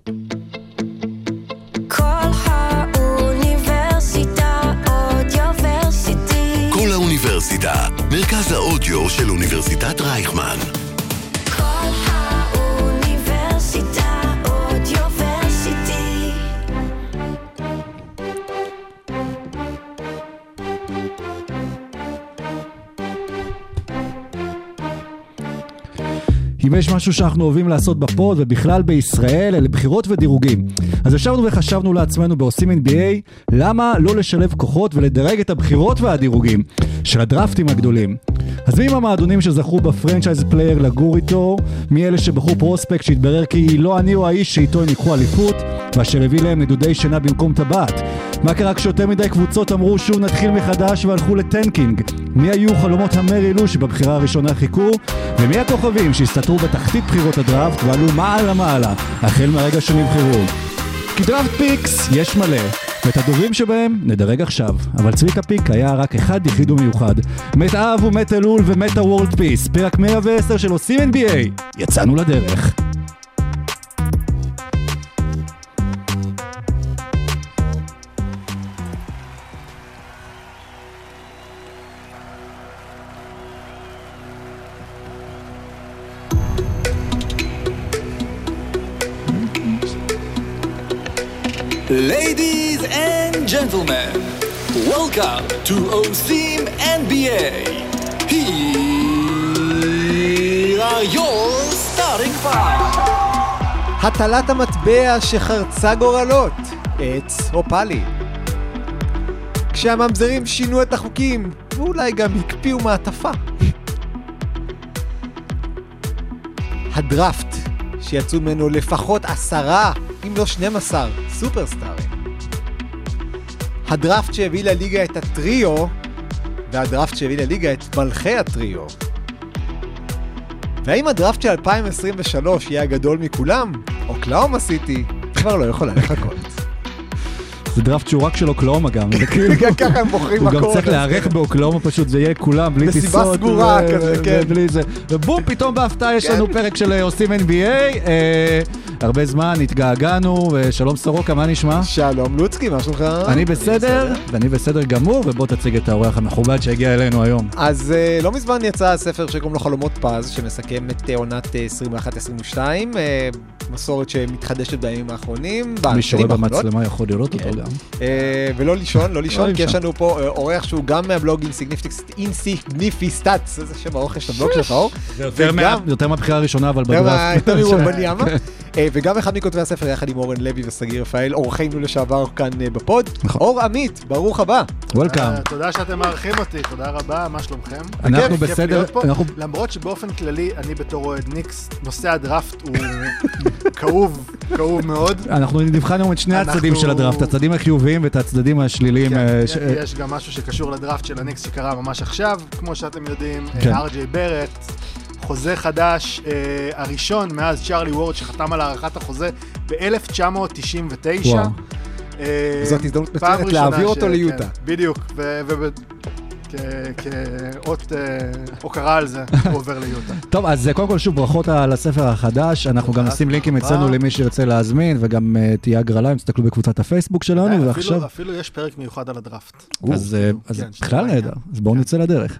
כל האוניברסיטה, מרכז האודיו של אוניברסיטת רייכמן. כל האוניברסיטה אודיוורסיטי. אם יש משהו שאנחנו אוהבים לעשות בפוד ובכלל בישראל, אלה בחירות ודירוגים. אז ישבנו וחשבנו לעצמנו בעושים NBA, למה לא לשלב כוחות ולדרג את הבחירות והדירוגים של הדרפטים הגדולים. אז מי עם המועדונים שזכו בפרנצ'ייז פלייר לגור איתו, מי אלה שבחרו פרוספקט שהתברר כי לא אני או האיש שאיתו הם יקחו אליפות, ואשר הביא להם נדודי שינה במקום טבעת. מה קרה כשיותר מדי קבוצות אמרו שוב נתחיל מחדש והלכו לטנקינג? מי היו חלומות המרילו שבבחירה הראשונה חיכו? ומי הכוכבים שהסתתרו בתחתית בחירות הדראפט ועלו מעלה מעלה החל מהרגע שנבחרו? כי דראפט פיקס יש מלא, ואת הדוברים שבהם נדרג עכשיו. אבל צביקה פיק היה רק אחד יחיד ומיוחד. מת אב ומת אלול ומת הוורלד פיס. פרק 110 של עושים NBA. יצאנו לדרך. Ladies and gentlemen, welcome to OSIM NBA. Here are your starting five. הטלת המטבע שחרצה גורלות, עץ או פלי. כשהממזרים שינו את החוקים, ואולי גם הקפיאו מעטפה. הדראפט, שיצאו ממנו לפחות 10, אם לא 12, סופרסטארים. הדראפט שהביא לליגה את הטריו, והדראפט שהביא לליגה את מלכי הטריו. והאם הדראפט של 2023 יהיה הגדול מכולם? אוקלאומה סיטי כבר לא יכולה לחכות. זה דראפט שהוא רק של אוקלאומה גם. ככה הם בוחרים מקור. הוא גם צריך הזה. להערך באוקלאומה פשוט, זה יהיה כולם, בלי טיסות. בסיבה סגורה כזה, כן. ובלי זה. ובום, פתאום בהפתעה יש לנו פרק של עושים NBA. הרבה זמן, התגעגענו, ושלום סורוקה, מה נשמע? שלום לוצקי, מה שלומך? אני בסדר, ואני בסדר גמור, ובוא תציג את האורח המכובד שהגיע אלינו היום. אז לא מזמן יצא הספר שקוראים לו חלומות פז, שמסכם את עונת 21-22, מסורת שמתחדשת בימים האחרונים. מי שרואה במצלמה יכול לראות אותו גם. ולא לישון, כי יש לנו פה אורח שהוא גם מהבלוג אינסיגניפיסטאץ, איזה שם האורך יש לבלוג שלך, אור. יותר מהבחירה הראשונה, אבל בדראפט. יותר מרובניאמה. וגם אחד מכותבי הספר יחד עם אורן לוי וסגיר רפאל, אורחינו לשעבר כאן בפוד. אור עמית, ברוך הבא. וולקאם. תודה שאתם מארחים אותי, תודה רבה, מה שלומכם? אנחנו בסדר. למרות שבאופן כללי, אני בתור אוהד ניקס, נושא הדראפט הוא כאוב מאוד. אנחנו נבחנו את שני הצדדים של הדראפט, הצדדים החיוביים ואת הצדדים השליליים. יש גם משהו שקשור לדראפט של הניקס שקרה ממש עכשיו, כמו שאתם יודעים, ארג'יי ברט, חוזה חדש, הראשון מאז צ'רלי וורד שחתם על הערכת החוזה ב-1999. זאת הזדמנות מצוינת להעביר אותו ליוטה. בדיוק, כאות הוקרה על זה, הוא עובר ליוטה. טוב, אז קודם כל שוב ברכות על הספר החדש, אנחנו גם נשים לינקים אצלנו למי שירצה להזמין, וגם תהיה הגרלה, אם תסתכלו בקבוצת הפייסבוק שלנו, ועכשיו... אפילו יש פרק מיוחד על הדראפט. אז בכלל נהדר, אז בואו נצא לדרך.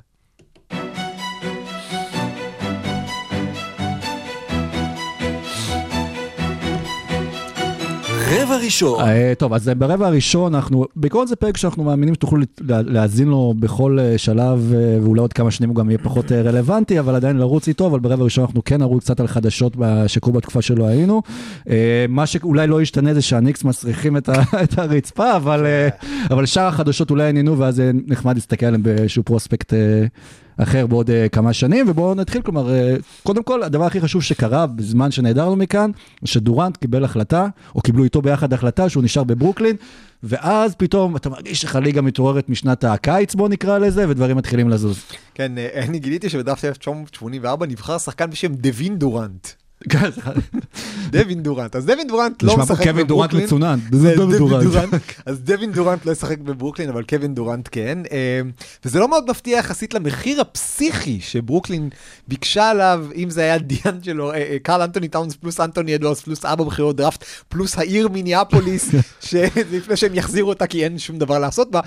רבע ראשון. טוב, אז ברבע הראשון אנחנו, בעיקרון זה פרק שאנחנו מאמינים שתוכלו להאזין לו בכל שלב, ואולי עוד כמה שנים הוא גם יהיה פחות רלוונטי, אבל עדיין לרוץ איתו, אבל ברבע הראשון אנחנו כן נרוץ קצת על חדשות שקרו בתקופה שלא היינו. מה שאולי לא ישתנה זה שהניקס מסריחים את הרצפה, אבל שאר החדשות אולי עניינו, ואז זה נחמד להסתכל עליהם באיזשהו פרוספקט אחר בעוד כמה שנים, ובואו נתחיל, כלומר, קודם כל, הדבר הכי חשוב שקרה בזמן שנהדרנו מכאן, שדורנט קיבל החלטה, או קיבלו איתו ביחד החלטה, שהוא נשאר בברוקלין, ואז פתאום אתה מרגיש שחליגה מתעוררת משנת הקיץ, בוא נקרא לזה, ודברים מתחילים לזוז. כן, אני גיליתי שבדראפט 1984 נבחר שחקן בשם דווין דורנט. דווין דורנט. אז דווין דורנט לא משחק בברוקלין. קווין דורנט מצונן. זה דווין דורנט. אז דווין דורנט לא ישחק בברוקלין, אבל קווין דורנט כן. וזה לא מאוד מפתיע יחסית למחיר הפסיכי שברוקלין ביקשה עליו, אם זה היה דיאנג'לו, קרל אנטוני טאונס פלוס אנטוני אדוארדס פלוס 4 בחירות דראפט, פלוס העיר מיניאפוליס, לפני שהם יחזירו אותה כי אין שום דבר לעשות בה.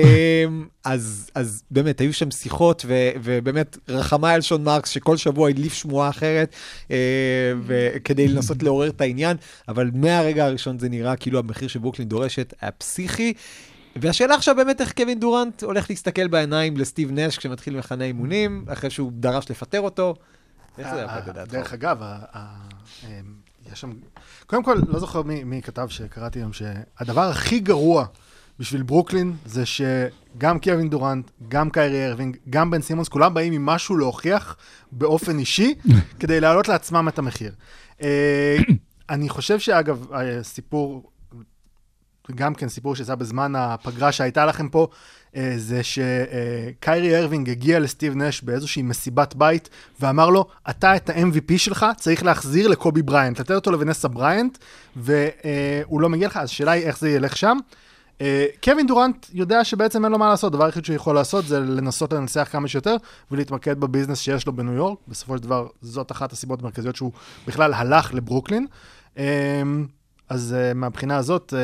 אז באמת, היו שם שיחות, ובאמת רחמה על שון מרקס, שכל שבוע הדליף שמועה אחרת, כדי לנסות לעורר את העניין, אבל מהרגע הראשון זה נראה כאילו המחיר שברוקלין דורשת היה פסיכי, והשאלה עכשיו באמת איך קווין דורנט הולך להסתכל בעיניים לסטיב נש כשמתחיל מחנה אימונים, אחרי שהוא דרש לפטר אותו. איך זה היה בדעת? דרך אגב, יש שם, קודם כל, לא זוכר מי כתב שקראתי היום, שהדבר הכי גרוע בשביל ברוקלין זה שגם קווין דורנט, גם קיירי ארווינג, גם בן סימונס, כולם באים עם משהו להוכיח באופן אישי, כדי להעלות לעצמם את המחיר. אני חושב שאגב, סיפור, גם כן סיפור שזה בזמן הפגרה שהייתה לכם פה, זה שקיירי ארווינג הגיע לסטיב נש באיזושהי מסיבת בית, ואמר לו, אתה את ה-MVP שלך צריך להחזיר לקובי בריינט, לתת אותו לוונסה בריינט, והוא לא מגיע לך, אז השאלה היא איך זה ילך שם. קווין דורנט יודע שבעצם אין לו מה לעשות, דבר היחיד שהוא יכול לעשות זה לנסות לנצח כמה שיותר, ולהתמקד בביזנס שיש לו בניו יורק, בסופו של דבר זאת אחת הסיבות המרכזיות שהוא בכלל הלך לברוקלין, אז מהבחינה הזאת,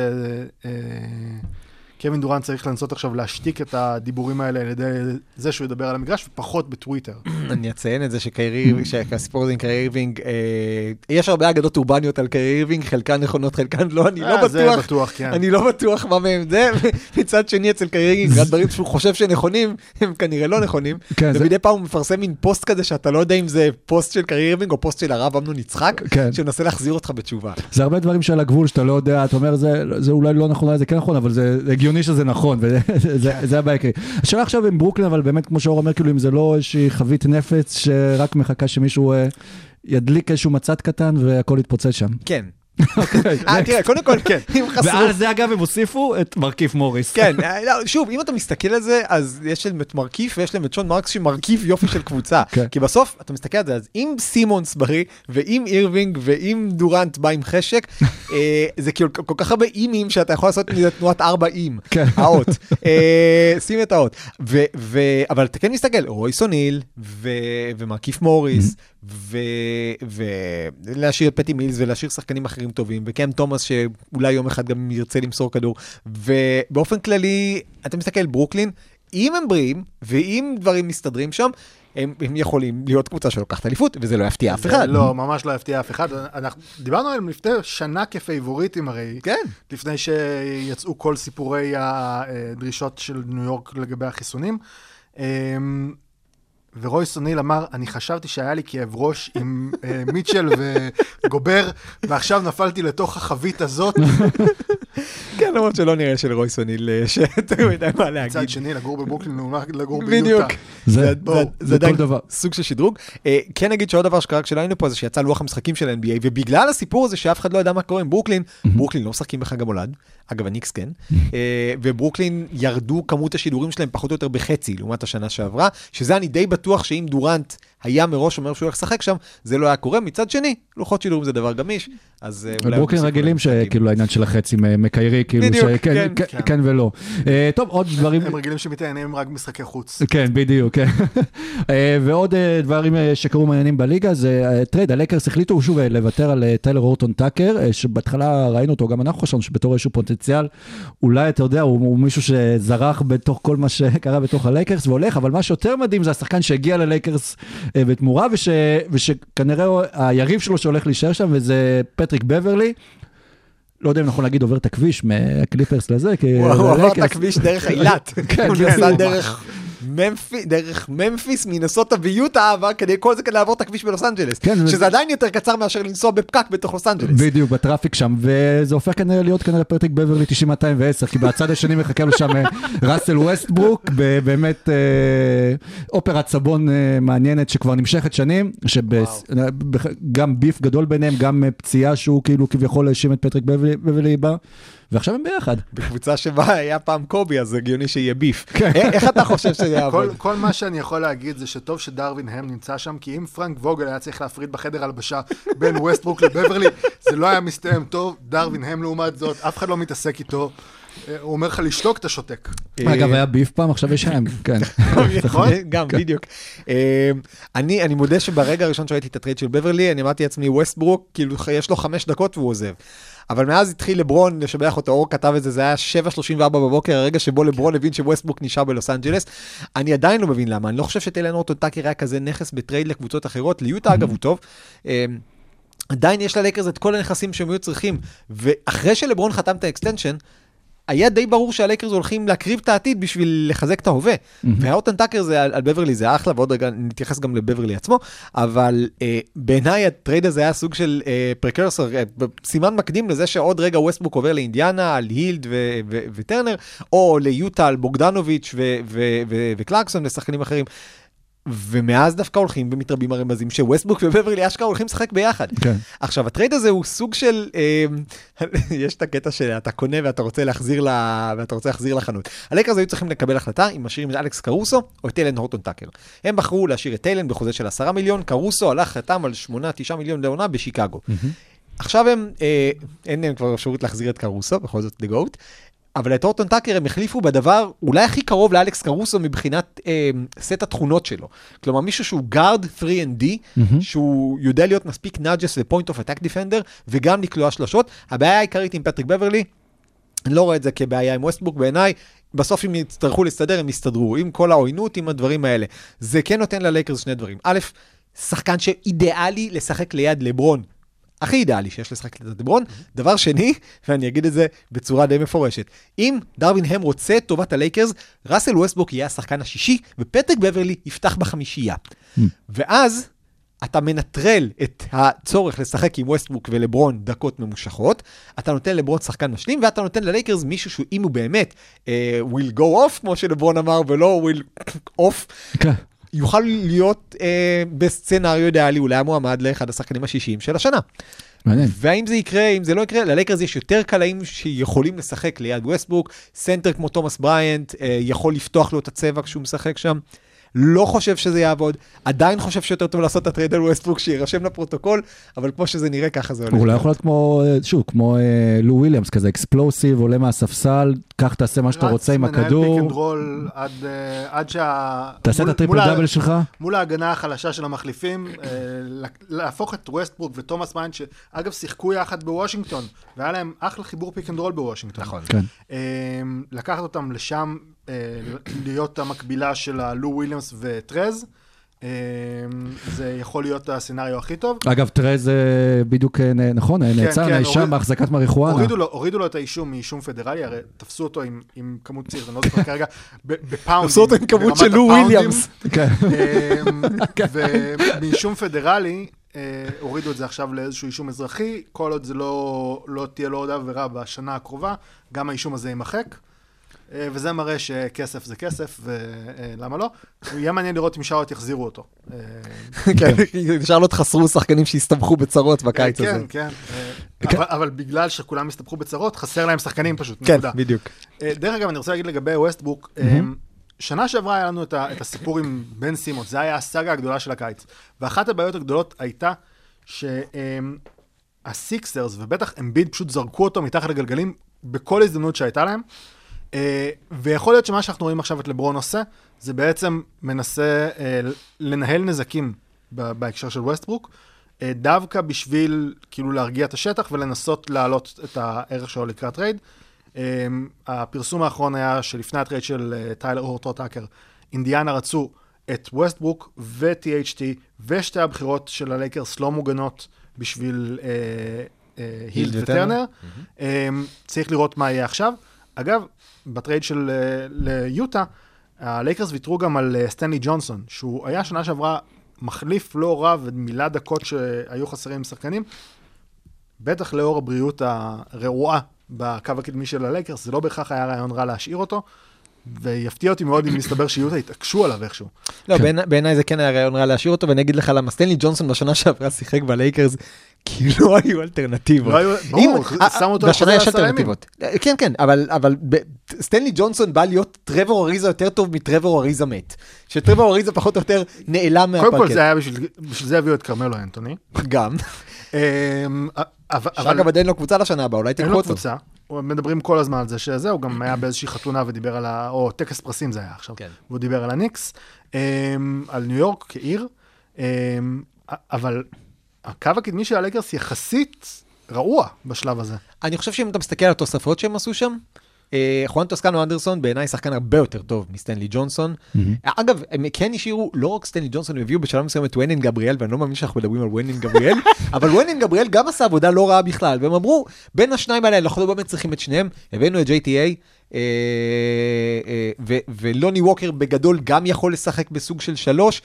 קווין דורנט צריך לנסות עכשיו להשתיק את הדיבורים האלה על ידי זה שהוא ידבר על המגרש, ופחות בטוויטר. אני אציין את זה שהסיפור הזה עם קיירי אירווינג, יש הרבה אגדות אורבניות על קיירי אירווינג, חלקן נכונות, חלקן לא, אני לא בטוח, אני לא בטוח מה מהם זה, מצד שני אצל קיירי אירווינג, הדברים שהוא חושב שנכונים, הם כנראה לא נכונים, ומדי פעם הוא מפרסם מין פוסט כזה, שאתה לא יודע אם זה פוסט של קיירי אירווינג, או פוסט של הרב אמנון יצחק, שמנסה להחזיר אותך בתשובה. זה הרבה דברים שעל הגבול שאתה לא יודע, אתה אומר, זה אולי לא נכון, זה כן נכון, אבל זה הגיוני שזה נכון, וזה הבעיה. השאלה עכשיו עם ברוקלין, אבל באמת, כמו שאור אומר, כאילו, אם זה לא איזושהי חבית נפץ, שרק מחכה שמישהו ידליק איזשהו מצד קטן, והכל יתפוצץ שם. כן. תראה, קודם כל, ועל זה אגב הם הוסיפו את מרכיף מוריס. כן, שוב, אם אתה מסתכל על זה, אז יש להם את מרכיף, ויש להם את שון מרקס שמרכיב יופי של קבוצה. כי בסוף, אתה מסתכל על זה, אז אם סימונס בריא, ואם אירווינג, ואם דורנט בא עם חשק, זה כל כך הרבה אימים, שאתה יכול לעשות מזה תנועת 4 אים, האות. שים את האות. אבל אתה כן מסתכל, רויס אוניל, ומרכיף מוריס, ולהשאיר את פטי מילס, ולהשאיר שחקנים אחרים טובים, וקם תומאס שאולי יום אחד גם ירצה למסור כדור, ובאופן כללי, אתה מסתכל ברוקלין, אם הם בריאים, ואם דברים מסתדרים שם, הם יכולים להיות קבוצה שלוקחת אליפות, וזה לא יפתיע אף אחד. לא, ממש לא יפתיע אף אחד. דיברנו עליהם לפני שנה כפייבוריטים הרי, לפני שיצאו כל סיפורי הדרישות של ניו יורק לגבי החיסונים, ורויס אוניל אמר, אני חשבתי שהיה לי כאב ראש עם מיטשל וגובר, ועכשיו נפלתי לתוך החבית הזאת. כן, למרות שלא נראה של רויס אוניל, שאתה יודע מה להגיד. צד שני, לגור בברוקלין, לגור ביוטה. זה עדיין סוג של שדרוג. כן נגיד שעוד דבר שקרה כשלנו פה, זה שיצא לוח המשחקים של NBA, ובגלל הסיפור הזה שאף אחד לא ידע מה קורה עם ברוקלין, ברוקלין לא משחקים בחג המולד, אגב הניקס כן, וברוקלין ירדו כמות השידורים שלהם פחות או יותר בחצי, לעומת השנה שעברה, שזה אני די בטוח שאם דורנט היה מראש אומר שהוא הולך לשחק שם, זה לא היה קורה. מצד שני, לוחות שידורים זה דבר גמיש, אז ברוקלין רגילים שכאילו העניין של החצי מקיירי, כאילו שכן ולא. טוב, עוד דברים... הם רגילים שמתעניינים רק משחקי חוץ. כן, בדיוק. ועוד דברים שקרו מעניינים בליגה, זה טרייד, הלייקרס החליטו שוב לוותר על טיילר הורטון טאקר, שבהתחלה ראינו אותו, גם אנחנו חשבנו שבתור איזשהו פוטנציאל, אולי אתה יודע, הוא מישהו שזרח בתוך כל מה שקרה בתוך הלייקרס והולך, אבל מה שיותר מדהים זה השחקן שהגיע ללייקרס בתמורה, ושכנראה היריב שלו שהולך להישאר שם, וזה פטריק בברלי, לא יודע אם נכון להגיד עובר את הכביש מהקליפרס לזה, הוא עובר את הכביש דרך אילת, הוא נסע דרך ממפיס, מינסוטה ויוטה, כדי כל זה כדי לעבור את הכביש בלוס אנג'לס, שזה עדיין יותר קצר מאשר לנסוע בפקק בתוך לוס אנג'לס. בדיוק, בטראפיק שם, וזה הופך כנראה להיות כנראה פטריק בברלי 90-210, כי בצד השני מחכה לו שם ראסל ווסטברוק, באמת אופרת סבון מעניינת שכבר נמשכת שנים, גם ביף גדול ביניהם, גם פציעה שהוא כאילו כביכול האשים את פטריק בברלי בה, ועכשיו הם ביחד. בקבוצה שבה היה פעם קובי, אז הגיוני שיהיה ביף. איך אתה חושב שזה יעבוד? כל מה שאני יכול להגיד זה שטוב שדרווין הם נמצא שם, כי אם פרנק ווגל היה צריך להפריד בחדר הלבשה בין ווסטברוק לבברלי, זה לא היה מסתיים טוב. דרווין הם לעומת זאת, אף אחד לא מתעסק איתו. הוא אומר לך לשתוק, אתה שותק. אגב, היה ביף פעם, עכשיו יש הם, כן. גם, בדיוק. אני מודה שברגע הראשון שראיתי את הטרייד של בברלי, אני אמרתי לעצמי, ווסטברוק, כאילו יש לו 5 דקות והוא עוזב. אבל מאז התחיל לברון לשבח אותו, אור כתב את זה, זה היה 7:34 בבוקר, הרגע שבו לברון הבין שווסטברוק נשאר בלוס אנג'לס. אני עדיין לא מבין למה, אני לא חושב שטיילן הורטון טאקר היה כזה נכס בטרייד לקבוצות אחרות, ליוטה אגב הוא טוב. עדיין יש ללייקרס את כל הנכסים שהם היו צריכים, ואחרי שלברון חתם את האקסטנשן, היה די ברור שהלייקרס הולכים להקריב את העתיד בשביל לחזק את ההווה. והאורטון טאקר זה על בברלי, זה אחלה, ועוד רגע נתייחס גם לבברלי עצמו, אבל בעיניי הטרייד הזה היה סוג של פרקרסור, סימן מקדים לזה שעוד רגע ווסטברוק עובר לאינדיאנה, על הילד וטרנר, או ליוטה, על בוגדנוביץ' וקלרקסון ושחקנים אחרים. ומאז דווקא הולכים ומתרבים הרמזים שווסטברוק ובברלי אשכרה הולכים לשחק ביחד. כן. עכשיו, הטרייד הזה הוא סוג של, יש את הקטע שאתה קונה ואתה רוצה להחזיר לחנות. הלייקרס היו צריכים לקבל החלטה אם משאירים את אלכס קרוסו או את טיילן הורטון טאקר. הם בחרו להשאיר את טיילן בחוזה של 10 מיליון, קרוסו הלך חתם על 8-9 מיליון לעונה בשיקגו. עכשיו אין להם כבר אפשרות להחזיר את קרוסו, בכל זאת לגאות. אבל את הורטון טאקר הם החליפו בדבר אולי הכי קרוב לאלכס קרוסו מבחינת סט התכונות שלו. כלומר, מישהו שהוא גארד 3&D, שהוא יודע להיות מספיק נאג'ס ופוינט אוף אטאק דיפנדר, וגם לקלוע שלושות. הבעיה העיקרית עם פטריק בברלי, אני לא רואה את זה כבעיה עם ווסטברוק בעיניי, בסוף אם יצטרכו להסתדר, הם יסתדרו, עם כל העוינות, עם הדברים האלה. זה כן נותן ללייקרס שני דברים. א', שחקן שאידיאלי לשחק ליד לברון, הכי אידיאלי שיש לשחק ליד לברון. דבר שני, ואני אגיד את זה בצורה די מפורשת, אם דרווין הם רוצה את טובת הלייקרס, ראסל ווסטברוק יהיה השחקן השישי, ופטריק בברלי יפתח בחמישייה. ואז אתה מנטרל את הצורך לשחק עם ווסטברוק ולברון דקות ממושכות, אתה נותן לברון שחקן משלים, ואתה נותן ללייקרס מישהו שאם הוא באמת will go off, כמו שלברון אמר, ולא will off, יוכל להיות בסצנריו אידיאלי, אולי המועמד לאחד השחקנים השישיים של השנה. והאם זה יקרה, אם זה לא יקרה, ללייקרס יש יותר קלעים שיכולים לשחק ליד ווסטברוק, סנטר כמו תומאס בריינט, יכול לפתוח לו את הצבע כשהוא משחק שם. לא חושב שזה יעבוד, עדיין חושב שיותר טוב לעשות את הטרייד על ווסטברוק שירשם לפרוטוקול, אבל כמו שזה נראה ככה זה הולך. אולי יכול להיות כמו, שוב, כמו לו וויליאמס, כזה אקספלוסיב, עולה מהספסל, כך תעשה מה שאתה רוצה עם הכדור. רץ מנהל פיק אנד רול עד תעשה את הטריפל דאבל שלך? מול ההגנה החלשה של המחליפים, להפוך את ווסטברוק ותומאס בריינט, שאגב שיחקו יחד בוושינגטון, והיה להם אחלה חיבור פיק אנד רול בוושינגטון. נכון. לקחת אותם לשם, להיות המקבילה של לו וויליאמס וטרז, זה יכול להיות הסצנריו הכי טוב. אגב, טרז בדיוק, נכון, נעצר, נאשם בהחזקת מריחואנה. הורידו לו את האישום מאישום פדרלי, הרי תפסו אותו עם כמות ציר, אני לא זוכר כרגע, בפאונדים. תפסו אותו עם כמות של לו וויליאמס. ומאישום פדרלי, הורידו את זה עכשיו לאיזשהו אישום אזרחי, כל עוד זה לא תהיה לו עוד עבירה בשנה הקרובה, גם האישום הזה יימחק. וזה מראה שכסף זה כסף, ולמה לא? יהיה מעניין לראות אם שעות יחזירו אותו. כן, נשאר לו חסרו שחקנים שהסתבכו בצרות בקיץ הזה. כן, כן. אבל בגלל שכולם הסתבכו בצרות, חסר להם שחקנים פשוט. כן, בדיוק. דרך אגב, אני רוצה להגיד לגבי ווסטברוק, שנה שעברה היה לנו את הסיפור עם בן סימונס, זה היה הסאגה הגדולה של הקיץ. ואחת הבעיות הגדולות הייתה שהסיקסרס, ובטח אמביד פשוט זרקו אותו מתחת לגלגלים, בכל הזדמנות שהייתה להם, ויכול להיות שמה שאנחנו רואים עכשיו את לברון עושה, זה בעצם מנסה לנהל נזקים בהקשר של ווסטברוק, דווקא בשביל כאילו להרגיע את השטח ולנסות להעלות את הערך שלו לקראת טרייד. הפרסום האחרון היה שלפני הטרייד של טיילר הורטון טאקר, אינדיאנה רצו את ווסטברוק ו-THT ושתי הבחירות של הלייקרס לא מוגנות בשביל הילד וטרנר. צריך לראות מה יהיה עכשיו. אגב, בטרייד של ליוטה, הלייקרס ויתרו גם על סטנלי ג'ונסון, שהוא היה שנה שעברה מחליף לא רע ומילה דקות שהיו חסרים שחקנים. בטח לאור הבריאות הרעועה בקו הקדמי של הלייקרס, זה לא בהכרח היה רעיון רע להשאיר אותו. ויפתיע אותי מאוד אם מסתבר שיוטה התעקשו עליו איכשהו. לא, בעיניי זה כן היה רעיון רע להשאיר אותו, ואני אגיד לך למה סטנלי ג'ונסון בשנה שעברה שיחק בלייקרס, כי לא היו אלטרנטיבות. ברור, שמו אותו בשנה יש אלטרנטיבות. כן, כן, אבל סטנלי ג'ונסון בא להיות טרוור אריזה יותר טוב מטרוור אריזה מת. שטרוור אריזה פחות או יותר נעלם מהפרקט. קודם כל זה היה בשביל זה הביאו את קרמלו אנטוני. גם. שאגב עדיין לא קבוצה לשנה הבאה, אולי תקחו אותו. מדברים כל הזמן על זה שזה, הוא גם היה באיזושהי חתונה ודיבר על או טקס פרסים זה היה עכשיו, והוא דיבר על הניקס, על ניו יורק כעיר, אבל הקו הקדמי של הלייקרס יחסית רעוע בשלב הזה. אני חושב שאם אתה מסתכל על התוספות שהם עשו שם, חואן טוסקנו אנדרסון בעיניי שחקן הרבה יותר טוב מסטנלי ג'ונסון. אגב, הם כן השאירו, לא רק סטנלי ג'ונסון, הם הביאו בשלב מסוים את וויינן גבריאל, ואני לא מאמין שאנחנו מדברים על וויינן גבריאל, אבל וויינן גבריאל גם עשה עבודה לא רעה בכלל, והם אמרו, בין השניים האלה, אנחנו לא באמת צריכים את שניהם, הבאנו את JTA, ולוני ווקר בגדול גם יכול לשחק בסוג של 3,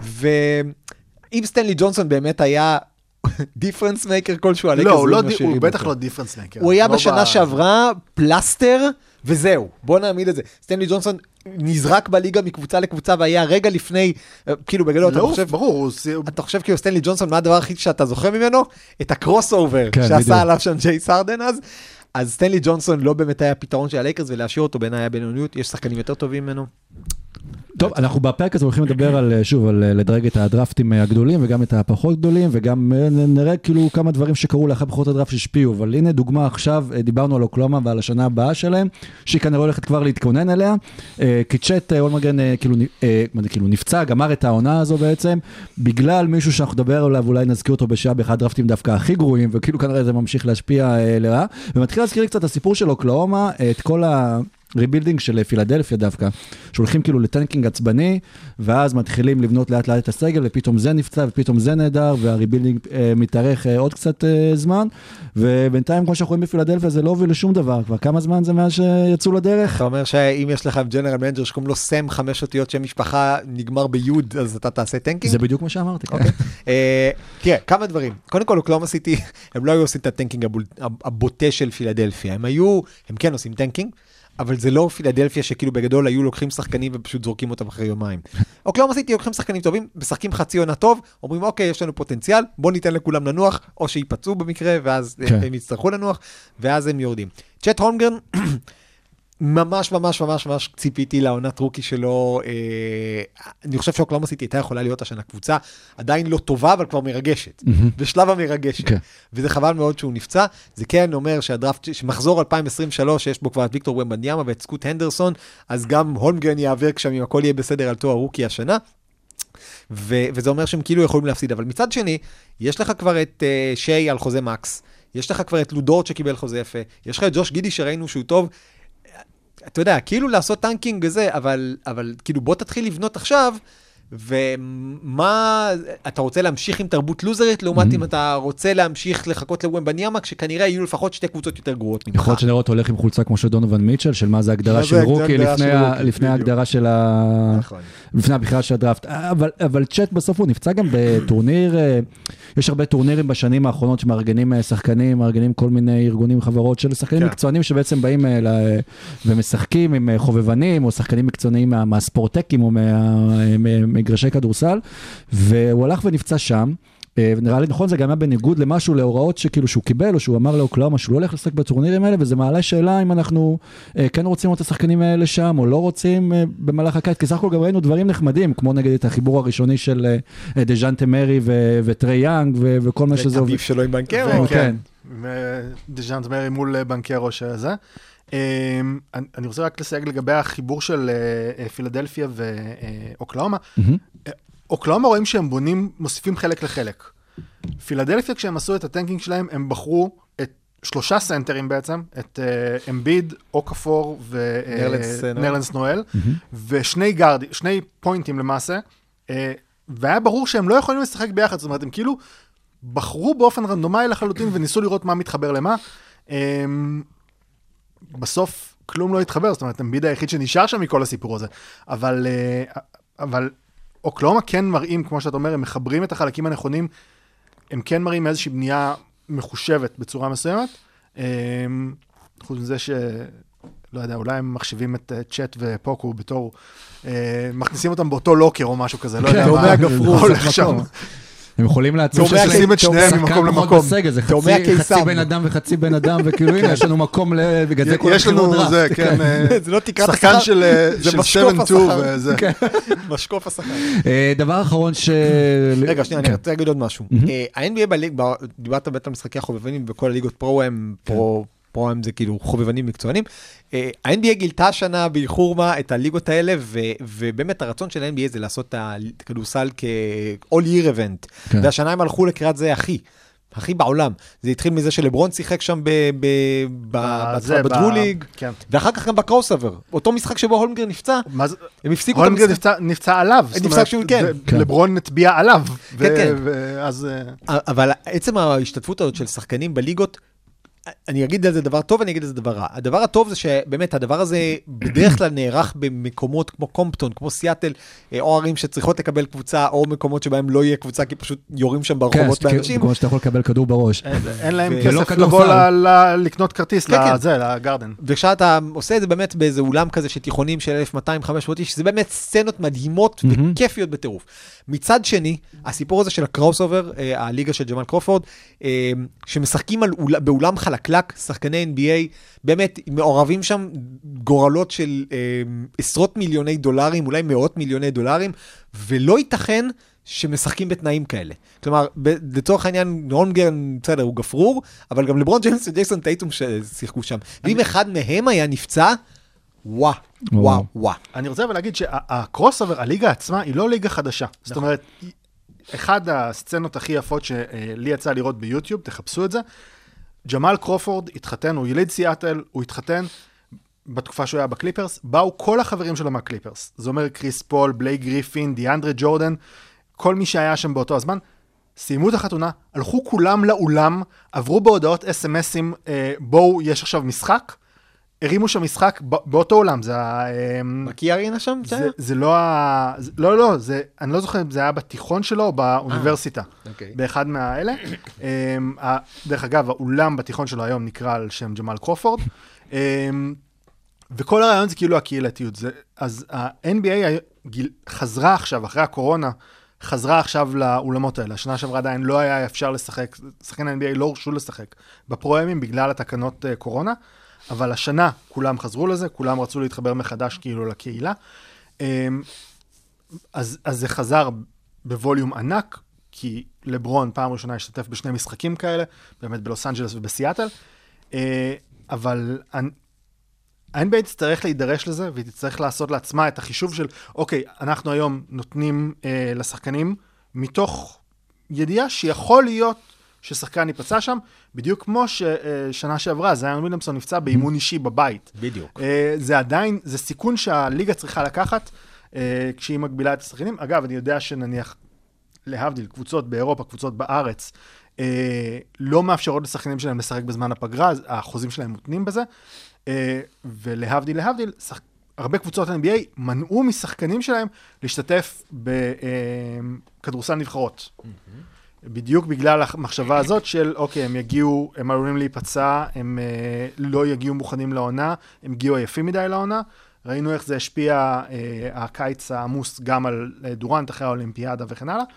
ואם סטנלי ג'ונסון באמת היה דיפרנס מייקר כלשהו, לא, הוא בטח לא דיפרנס מייקר. הוא היה בשנה שעברה פלסטר, וזהו, בוא נעמיד את זה. סטנלי ג'ונסון נזרק בליגה מקבוצה לקבוצה, והיה רגע לפני, כאילו בגדול, אתה חושב כאילו סטנלי ג'ונסון, מה הדבר הכי שאתה זוכר ממנו? את הקרוס אובר שעשה עליו שם ג'יי סרדן אז סטנלי ג'ונסון לא באמת היה פתרון של הלייקרס, ולהשאיר אותו בעיניי היה בינוניות, יש שחקנים יותר טובים ממנו. טוב, אנחנו בפרק הזה הולכים לדבר על, שוב, על לדרג את הדרפטים הגדולים וגם את הפחות גדולים, וגם נראה כאילו כמה דברים שקרו לאחר בחירות הדרפט שהשפיעו, אבל הנה דוגמה עכשיו, דיברנו על אוקלאומה ועל השנה הבאה שלהם, שהיא כנראה הולכת כבר להתכונן אליה, כי צ'ט הולמגרן כאילו נפצע, גמר את העונה הזו בעצם, בגלל מישהו שאנחנו נדבר עליו, אולי נזכיר אותו בשעה באחד דרפטים דווקא הכי גרועים, וכאילו כנראה זה ממשיך להשפיע לרעה, ומתחיל להזכיר קצת הסיפור של אוקלאומה, את כל ריבילדינג של פילדלפיה דווקא, שהולכים כאילו לטנקינג עצבני, ואז מתחילים לבנות לאט לאט את הסגל, ופתאום זה נפצע, ופתאום זה נהדר, והריבילדינג מתארך עוד קצת זמן, ובינתיים כמו שאנחנו רואים בפילדלפיה, זה לא הוביל לשום דבר, כבר כמה זמן זה מאז שיצאו לדרך? אתה אומר שאם יש לך ג'נרל מנג'ר שקוראים לו סם 5 אותיות שם משפחה נגמר ביוד, אז אתה תעשה טנקינג? זה בדיוק מה שאמרתי. תראה, כמה דברים. קודם כל, אוקלאומה סיטי, הם לא היו עושים את הטנקינג הבוטה של פילדלפיה. הם כן עושים טנקינג, אבל זה לא פילדלפיה שכאילו בגדול היו לוקחים שחקנים ופשוט זורקים אותם אחרי יומיים. אוקלאומה סיטי לוקחים שחקנים טובים, משחקים חצי עונה טוב, אומרים אוקיי, יש לנו פוטנציאל, בוא ניתן לכולם לנוח, או שיפצעו במקרה, ואז הם יצטרכו לנוח, ואז הם יורדים. צ'ט הולמגרן, ממש ממש ממש ממש ציפיתי לעונת רוקי שלו, אני חושב שאוקלאומה סיטי הייתה יכולה להיות השנה קבוצה, עדיין לא טובה, אבל כבר מרגשת, בשלב המרגשת, וזה חבל מאוד שהוא נפצע, זה כן אומר שהדראפט, שמחזור 2023, יש בו כבר את ויקטור ומבניאמה ואת סקוט הנדרסון, אז גם הולמגרן יעבר כשם אם הכל יהיה בסדר על תואר רוקי השנה, וזה אומר שהם כאילו יכולים להפסיד, אבל מצד שני, יש לך כבר את שי על חוזה מקס, יש לך כבר את לודורט שקיבל חוזה יפה, יש לך את ג'וש גידי שראינו שהוא טוב, אתה יודע, כאילו לעשות טנקינג וזה, אבל כאילו בוא תתחיל לבנות עכשיו, ומה, אתה רוצה להמשיך עם תרבות לוזרית, לעומת אם אתה רוצה להמשיך לחכות לוומבניאמה, כשכנראה יהיו לפחות 2 קבוצות יותר גרועות ממך. יכול להיות שנראות הולך עם חולצה כמו של דונובל מיטשל, של מה זה הגדרה של רוקי, לפני ההגדרה של לפני הבחירה של הדראפט. אבל צ'ט בסוף הוא נפצע גם בטורניר, יש הרבה טורנירים בשנים האחרונות שמארגנים שחקנים, מארגנים כל מיני ארגונים, חברות של שחקנים מקצוענים שבעצם באים ומשחקים עם חובבנים, או שחקנים מקצוענים מהספורטקים, או מגרשי כדורסל, והוא הלך ונפצע שם, ונראה לי נכון, זה גם היה בניגוד למשהו, להוראות שכאילו שהוא קיבל, או שהוא אמר לאוקלאומה שהוא לא הולך לשחק בטורנירים האלה, וזה מעלה שאלה אם אנחנו כן רוצים את השחקנים האלה שם, או לא רוצים במהלך הקיץ, כי סך הכל גם ראינו דברים נחמדים, כמו נגיד את החיבור הראשוני של דז'אנטה מרי וטרי יאנג, וכל מה שזה... וקביף שלו עם בנקרו. כן, דז'אנטה מרי מול בנקרו שזה. אני רוצה רק לסייג לגבי החיבור של פילדלפיה ואוקלאומה. אוקלאומה רואים שהם בונים, מוסיפים חלק לחלק. פילדלפיה, כשהם עשו את הטנקינג שלהם, הם בחרו את 3 סנטרים בעצם, את אמביד, אוקפור ונרלנס נואל, ושני גארדים, 2 פוינטים למעשה, והיה ברור שהם לא יכולים לשחק ביחד, זאת אומרת, הם כאילו בחרו באופן רנדומלי לחלוטין, וניסו לראות מה מתחבר למה. בסוף כלום לא התחבר, זאת אומרת, אמביד היחיד שנשאר שם מכל הסיפור הזה, אבל אוקלאומה כן מראים, כמו שאתה אומר, הם מחברים את החלקים הנכונים, הם כן מראים איזושהי בנייה מחושבת בצורה מסוימת, חוץ מזה לא יודע, אולי הם מחשיבים את צ'אט ופוקו בתור, מכניסים אותם באותו לוקר או משהו כזה, לא יודע מה הולך שם. הם יכולים להציב שעושים את שניהם ממקום למקום. זה חצי בן אדם וחצי בן אדם, וכאילו הנה, יש לנו מקום בגלל זה כל הבחירות דראפט. זה, כן, שחקן של 7-2 וזה. משקוף השחקן. דבר אחרון רגע, שנייה, אני רוצה להגיד עוד משהו. ה-NBA בליגה, דיברת בית המשחקי החובבנים, בכל הליגות פרו-הם זה כאילו חובבנים מקצוענים. ה-NBA גילתה שנה באיחור מה את הליגות האלה, ובאמת הרצון של ה-NBA זה לעשות את הכדורסל כ-all year event. והשנה הם הלכו לקראת זה הכי בעולם. זה התחיל מזה שלברון שיחק שם בדרוליג, ואחר כך גם בקרוסאבר. אותו משחק שבו הולמגרן נפצע, הם הפסיקו את המשחק. הולמגרן נפצע עליו. לברון נטביע עליו. אבל עצם ההשתתפות הזאת של שחקנים בליגות, אני אגיד על זה דבר טוב, אני אגיד על זה דבר רע. הדבר הטוב זה שבאמת הדבר הזה בדרך כלל נערך במקומות כמו קומפטון, כמו סיאטל, או ערים שצריכות לקבל קבוצה, או מקומות שבהם לא יהיה קבוצה, כי פשוט יורים שם ברחובות באנשים. כמו שאתה יכול לקבל כדור בראש. אין להם כסף לבוא לקנות כרטיס לגרדן. וכשאתה עושה את זה באמת באיזה אולם כזה של תיכונים של 1200-500 איש, זה באמת סצנות מדהימות וכיפיות בטירוף. מצד שני, הסיפור הזה של הקרוסובר, הליגה של ג'מאל קרופורד, שמשחקים באולם חלקלק, שחקני NBA, באמת מעורבים שם גורלות של עשרות מיליוני דולרים, אולי מאות מיליוני דולרים, ולא ייתכן שמשחקים בתנאים כאלה. כלומר, לצורך העניין, הולמגרן, בסדר, הוא גפרור, אבל גם לברון ג'יימס וג'ייסון טייטום ששיחקו שם. ואם אחד מהם היה נפצע, וואו. אני רוצה אבל להגיד שהקרוסובר, הליגה עצמה, היא לא ליגה חדשה. זאת אומרת, אחד הסצנות הכי יפות שלי יצא לראות ביוטיוב, תחפשו את זה, ג'מאל קרופורד התחתן, הוא יליד סיאטל, הוא התחתן בתקופה שהוא היה בקליפרס, באו כל החברים שלו מהקליפרס. זה אומר קריס פול, בלייק גריפין, דיאנדרה ג'ורדן, כל מי שהיה שם באותו הזמן, סיימו את החתונה, הלכו כולם לאולם, עברו בהודעות אס-אמסים, בואו, יש עכשיו משחק, הרימו שם משחק באותו עולם, זה מקי ארינה שם? זה לא, אני לא זוכר אם זה היה בתיכון שלו או באוניברסיטה, באחד מהאלה. דרך אגב, האולם בתיכון שלו היום נקרא על שם ג'מאל קרופורד, וכל הרעיון זה כאילו הקהילתיות. אז ה-NBA חזרה עכשיו, אחרי הקורונה, חזרה עכשיו לאולמות האלה. השנה שעברה עדיין לא היה אפשר לשחק, שחקני ה-NBA לא הורשו לשחק בפרו-ימים בגלל התקנות קורונה, אבל השנה כולם חזרו לזה, כולם רצו להתחבר מחדש כאילו לקהילה. אז זה חזר בווליום ענק, כי לברון פעם ראשונה השתתף בשני משחקים כאלה, באמת בלוס אנג'לס ובסיאטל, אבל ה-NBA תצטרך להידרש לזה, והיא תצטרך לעשות לעצמה את החישוב של, אוקיי, אנחנו היום נותנים לשחקנים, מתוך ידיעה שיכול להיות ששחקן ייפצע שם, בדיוק כמו ששנה שעברה, זיון וויליאמסון נפצע באימון אישי בבית. בדיוק. זה עדיין, זה סיכון שהליגה צריכה לקחת, כשהיא מגבילה את השחקנים. אגב, אני יודע שנניח, להבדיל, קבוצות באירופה, קבוצות בארץ, לא מאפשרות לשחקנים שלהם לשחק בזמן הפגרה, החוזים שלהם מותנים בזה, ולהבדיל, הרבה קבוצות NBA מנעו משחקנים שלהם להשתתף בכדורסל נבחרות. בדיוק בגלל המחשבה הזאת של, אוקיי, הם עלולים להיפצע, הם לא יגיעו מוכנים לעונה, הם הגיעו עייפים מדי לעונה. ראינו איך זה השפיע הקיץ העמוס גם על דורנט אחרי האולימפיאדה וכן הלאה.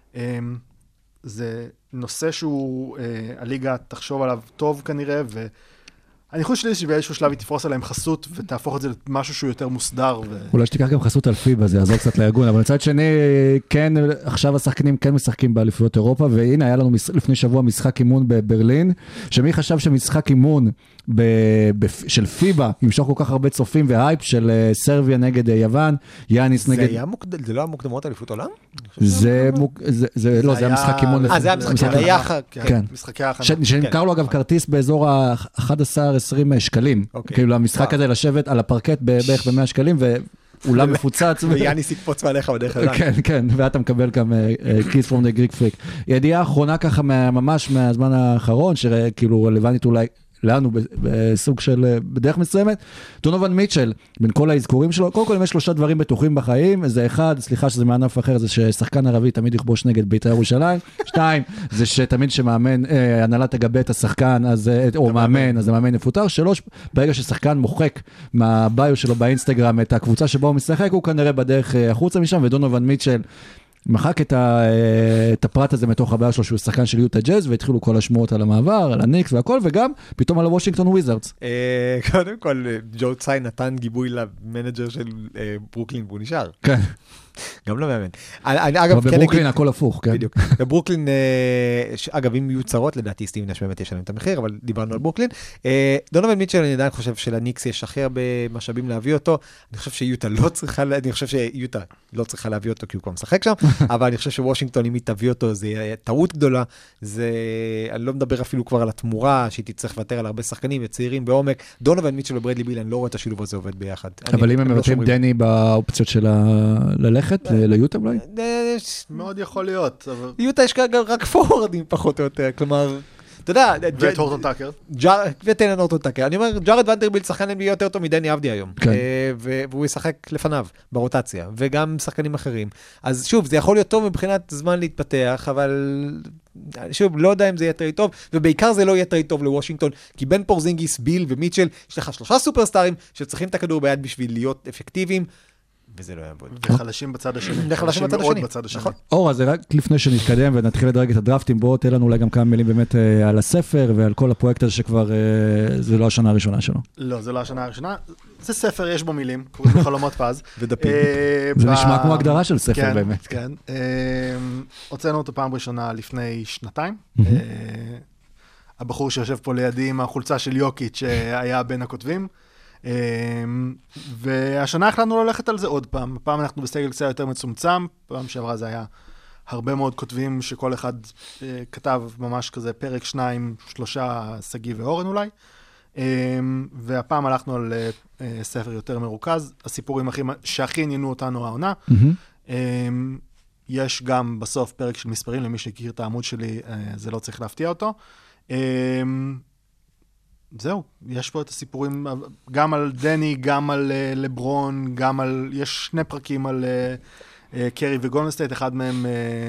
זה נושא שהוא, הליגה תחשוב עליו טוב כנראה, אני חושב שבאיזשהו שלב היא תפרוס עליהם חסות, ותהפוך את זה למשהו שהוא יותר מוסדר. אולי שתיקח גם חסות על פיבה, זה יעזור קצת לארגון, אבל מצד שני, כן, עכשיו השחקנים כן משחקים באליפויות אירופה, והנה, היה לנו לפני שבוע משחק אימון בברלין, שמי חשב שמשחק אימון של פיבה, ימשוך כל כך הרבה צופים והייפ של סרביה נגד יוון, יאניס נגד... זה לא המוקדמות אליפות עולם? לא, זה היה משחק אימון. זה היה משחקי ההכנה. שנמכר לו אגב כרטיס באזור ה-11-20 שקלים. כאילו המשחק הזה לשבת על הפרקט בערך ב-100 שקלים, ואולם מפוצץ. ויאניס יקפוץ מעליך בדרך כלל. כן, כן, ואתה מקבל גם kiss from the Greek freak. ידיעה האחרונה ככה ממש מהזמן האחרון, שכאילו רלוונטית אולי לנו בסוג של, בדרך מסוימת. דונובל מיטשל, בין כל האזכורים שלו, קודם כל אם יש 3 דברים בטוחים בחיים, זה 1, סליחה שזה מענף אחר, זה ששחקן ערבי תמיד יכבוש נגד בית"ר ירושלים, 2, זה שתמיד שמאמן, הנהלת תגבה את השחקן, או מאמן, אז המאמן יפוטר, 3, ברגע ששחקן מוחק מהביו שלו באינסטגרם את הקבוצה שבה הוא משחק, הוא כנראה בדרך החוצה משם, ודונובל מיטשל מחק את הפרט הזה מתוך הבעיה שלו, שהוא שחקן של יוטה ג'אז, והתחילו כל השמועות על המעבר, על הניקס והכל, וגם פתאום על הוושינגטון וויזרדס. קודם כל, ג'ו צאי נתן גיבוי למנג'ר של ברוקלין, והוא נשאר. כן. גם לא מאמן. אבל בברוקלין הכל הפוך, כן. בדיוק. בברוקלין, אגב, אם יהיו צרות, לדעתי סטיב נש באמת יש להם את המחיר, אבל דיברנו על ברוקלין. דונובל מיטשל, אני עדיין חושב שלניקס יש הכי הרבה משאבים להביא אותו. אני חושב שיוטה לא צריכה להביא אותו, כי הוא כבר משחק שם, אבל אני חושב שוושינגטון, אם היא תביא אותו, זה טעות גדולה. אני לא מדבר אפילו כבר על התמורה, שהיא תצטרך לוותר על הרבה שחקנים וצעירים בעומק. דונובל מיטשל וברדלי ביל, אני לא רואה את השילוב הזה עובד ביחד. אבל אם הם מבטאים דני באופציות של ללכת ליוטה אולי? מאוד יכול להיות. יוטה יש כרגע רק פורורדים פחות או יותר, כלומר, אתה יודע... ואת הורטון טאקר. ואת הורטון טאקר. אני אומר, ג'ארד ונדרבילט שחקן NBA יותר טוב מדני עבדי היום. והוא ישחק לפניו, ברוטציה, וגם שחקנים אחרים. אז שוב, זה יכול להיות טוב מבחינת זמן להתפתח, אבל שוב, לא יודע אם זה יהיה טרייד טוב, ובעיקר זה לא יהיה טרייד טוב לוושינגטון, כי בין פורזינגיס, ביל ומיטשל, יש לך 3 סופרסטארים שצריכים את הכדור ביד בשביל להיות אפקטיביים, וזה לא יעבוד. וחלשים בצד השני. וחלשים בצד השני. אור, אז רק לפני שנתקדם ונתחיל לדרג את הדרפטים, בואו תהיה לנו אולי גם כמה מילים באמת על הספר ועל כל הפרויקט הזה שכבר, זה לא השנה הראשונה שלו. לא, זה לא השנה הראשונה. זה ספר, יש בו מילים, קוראים לו חלומות פז. ודפים. זה נשמע כמו הגדרה של ספר באמת. כן, כן. הוצאנו אותו פעם ראשונה לפני 2 הבחור שיושב פה לידי עם החולצה של יוקיץ' שהיה בין הכותבים. והשנה החלטנו ללכת על זה עוד פעם. הפעם אנחנו בסגל קצת יותר מצומצם, פעם שעברה זה היה הרבה מאוד כותבים שכל אחד כתב ממש כזה פרק 2-3 סגי ואורן אולי, והפעם הלכנו על ספר יותר מרוכז, הסיפורים שהכי עניינו אותנו העונה. יש גם בסוף פרק של מספרים, למי שהכיר את העמוד שלי זה לא צריך להפתיע אותו. זהו, יש פה את הסיפורים, גם על דני, גם על לברון, גם על, יש 2 פרקים על קרי וגולדן סטייט, אחד מהם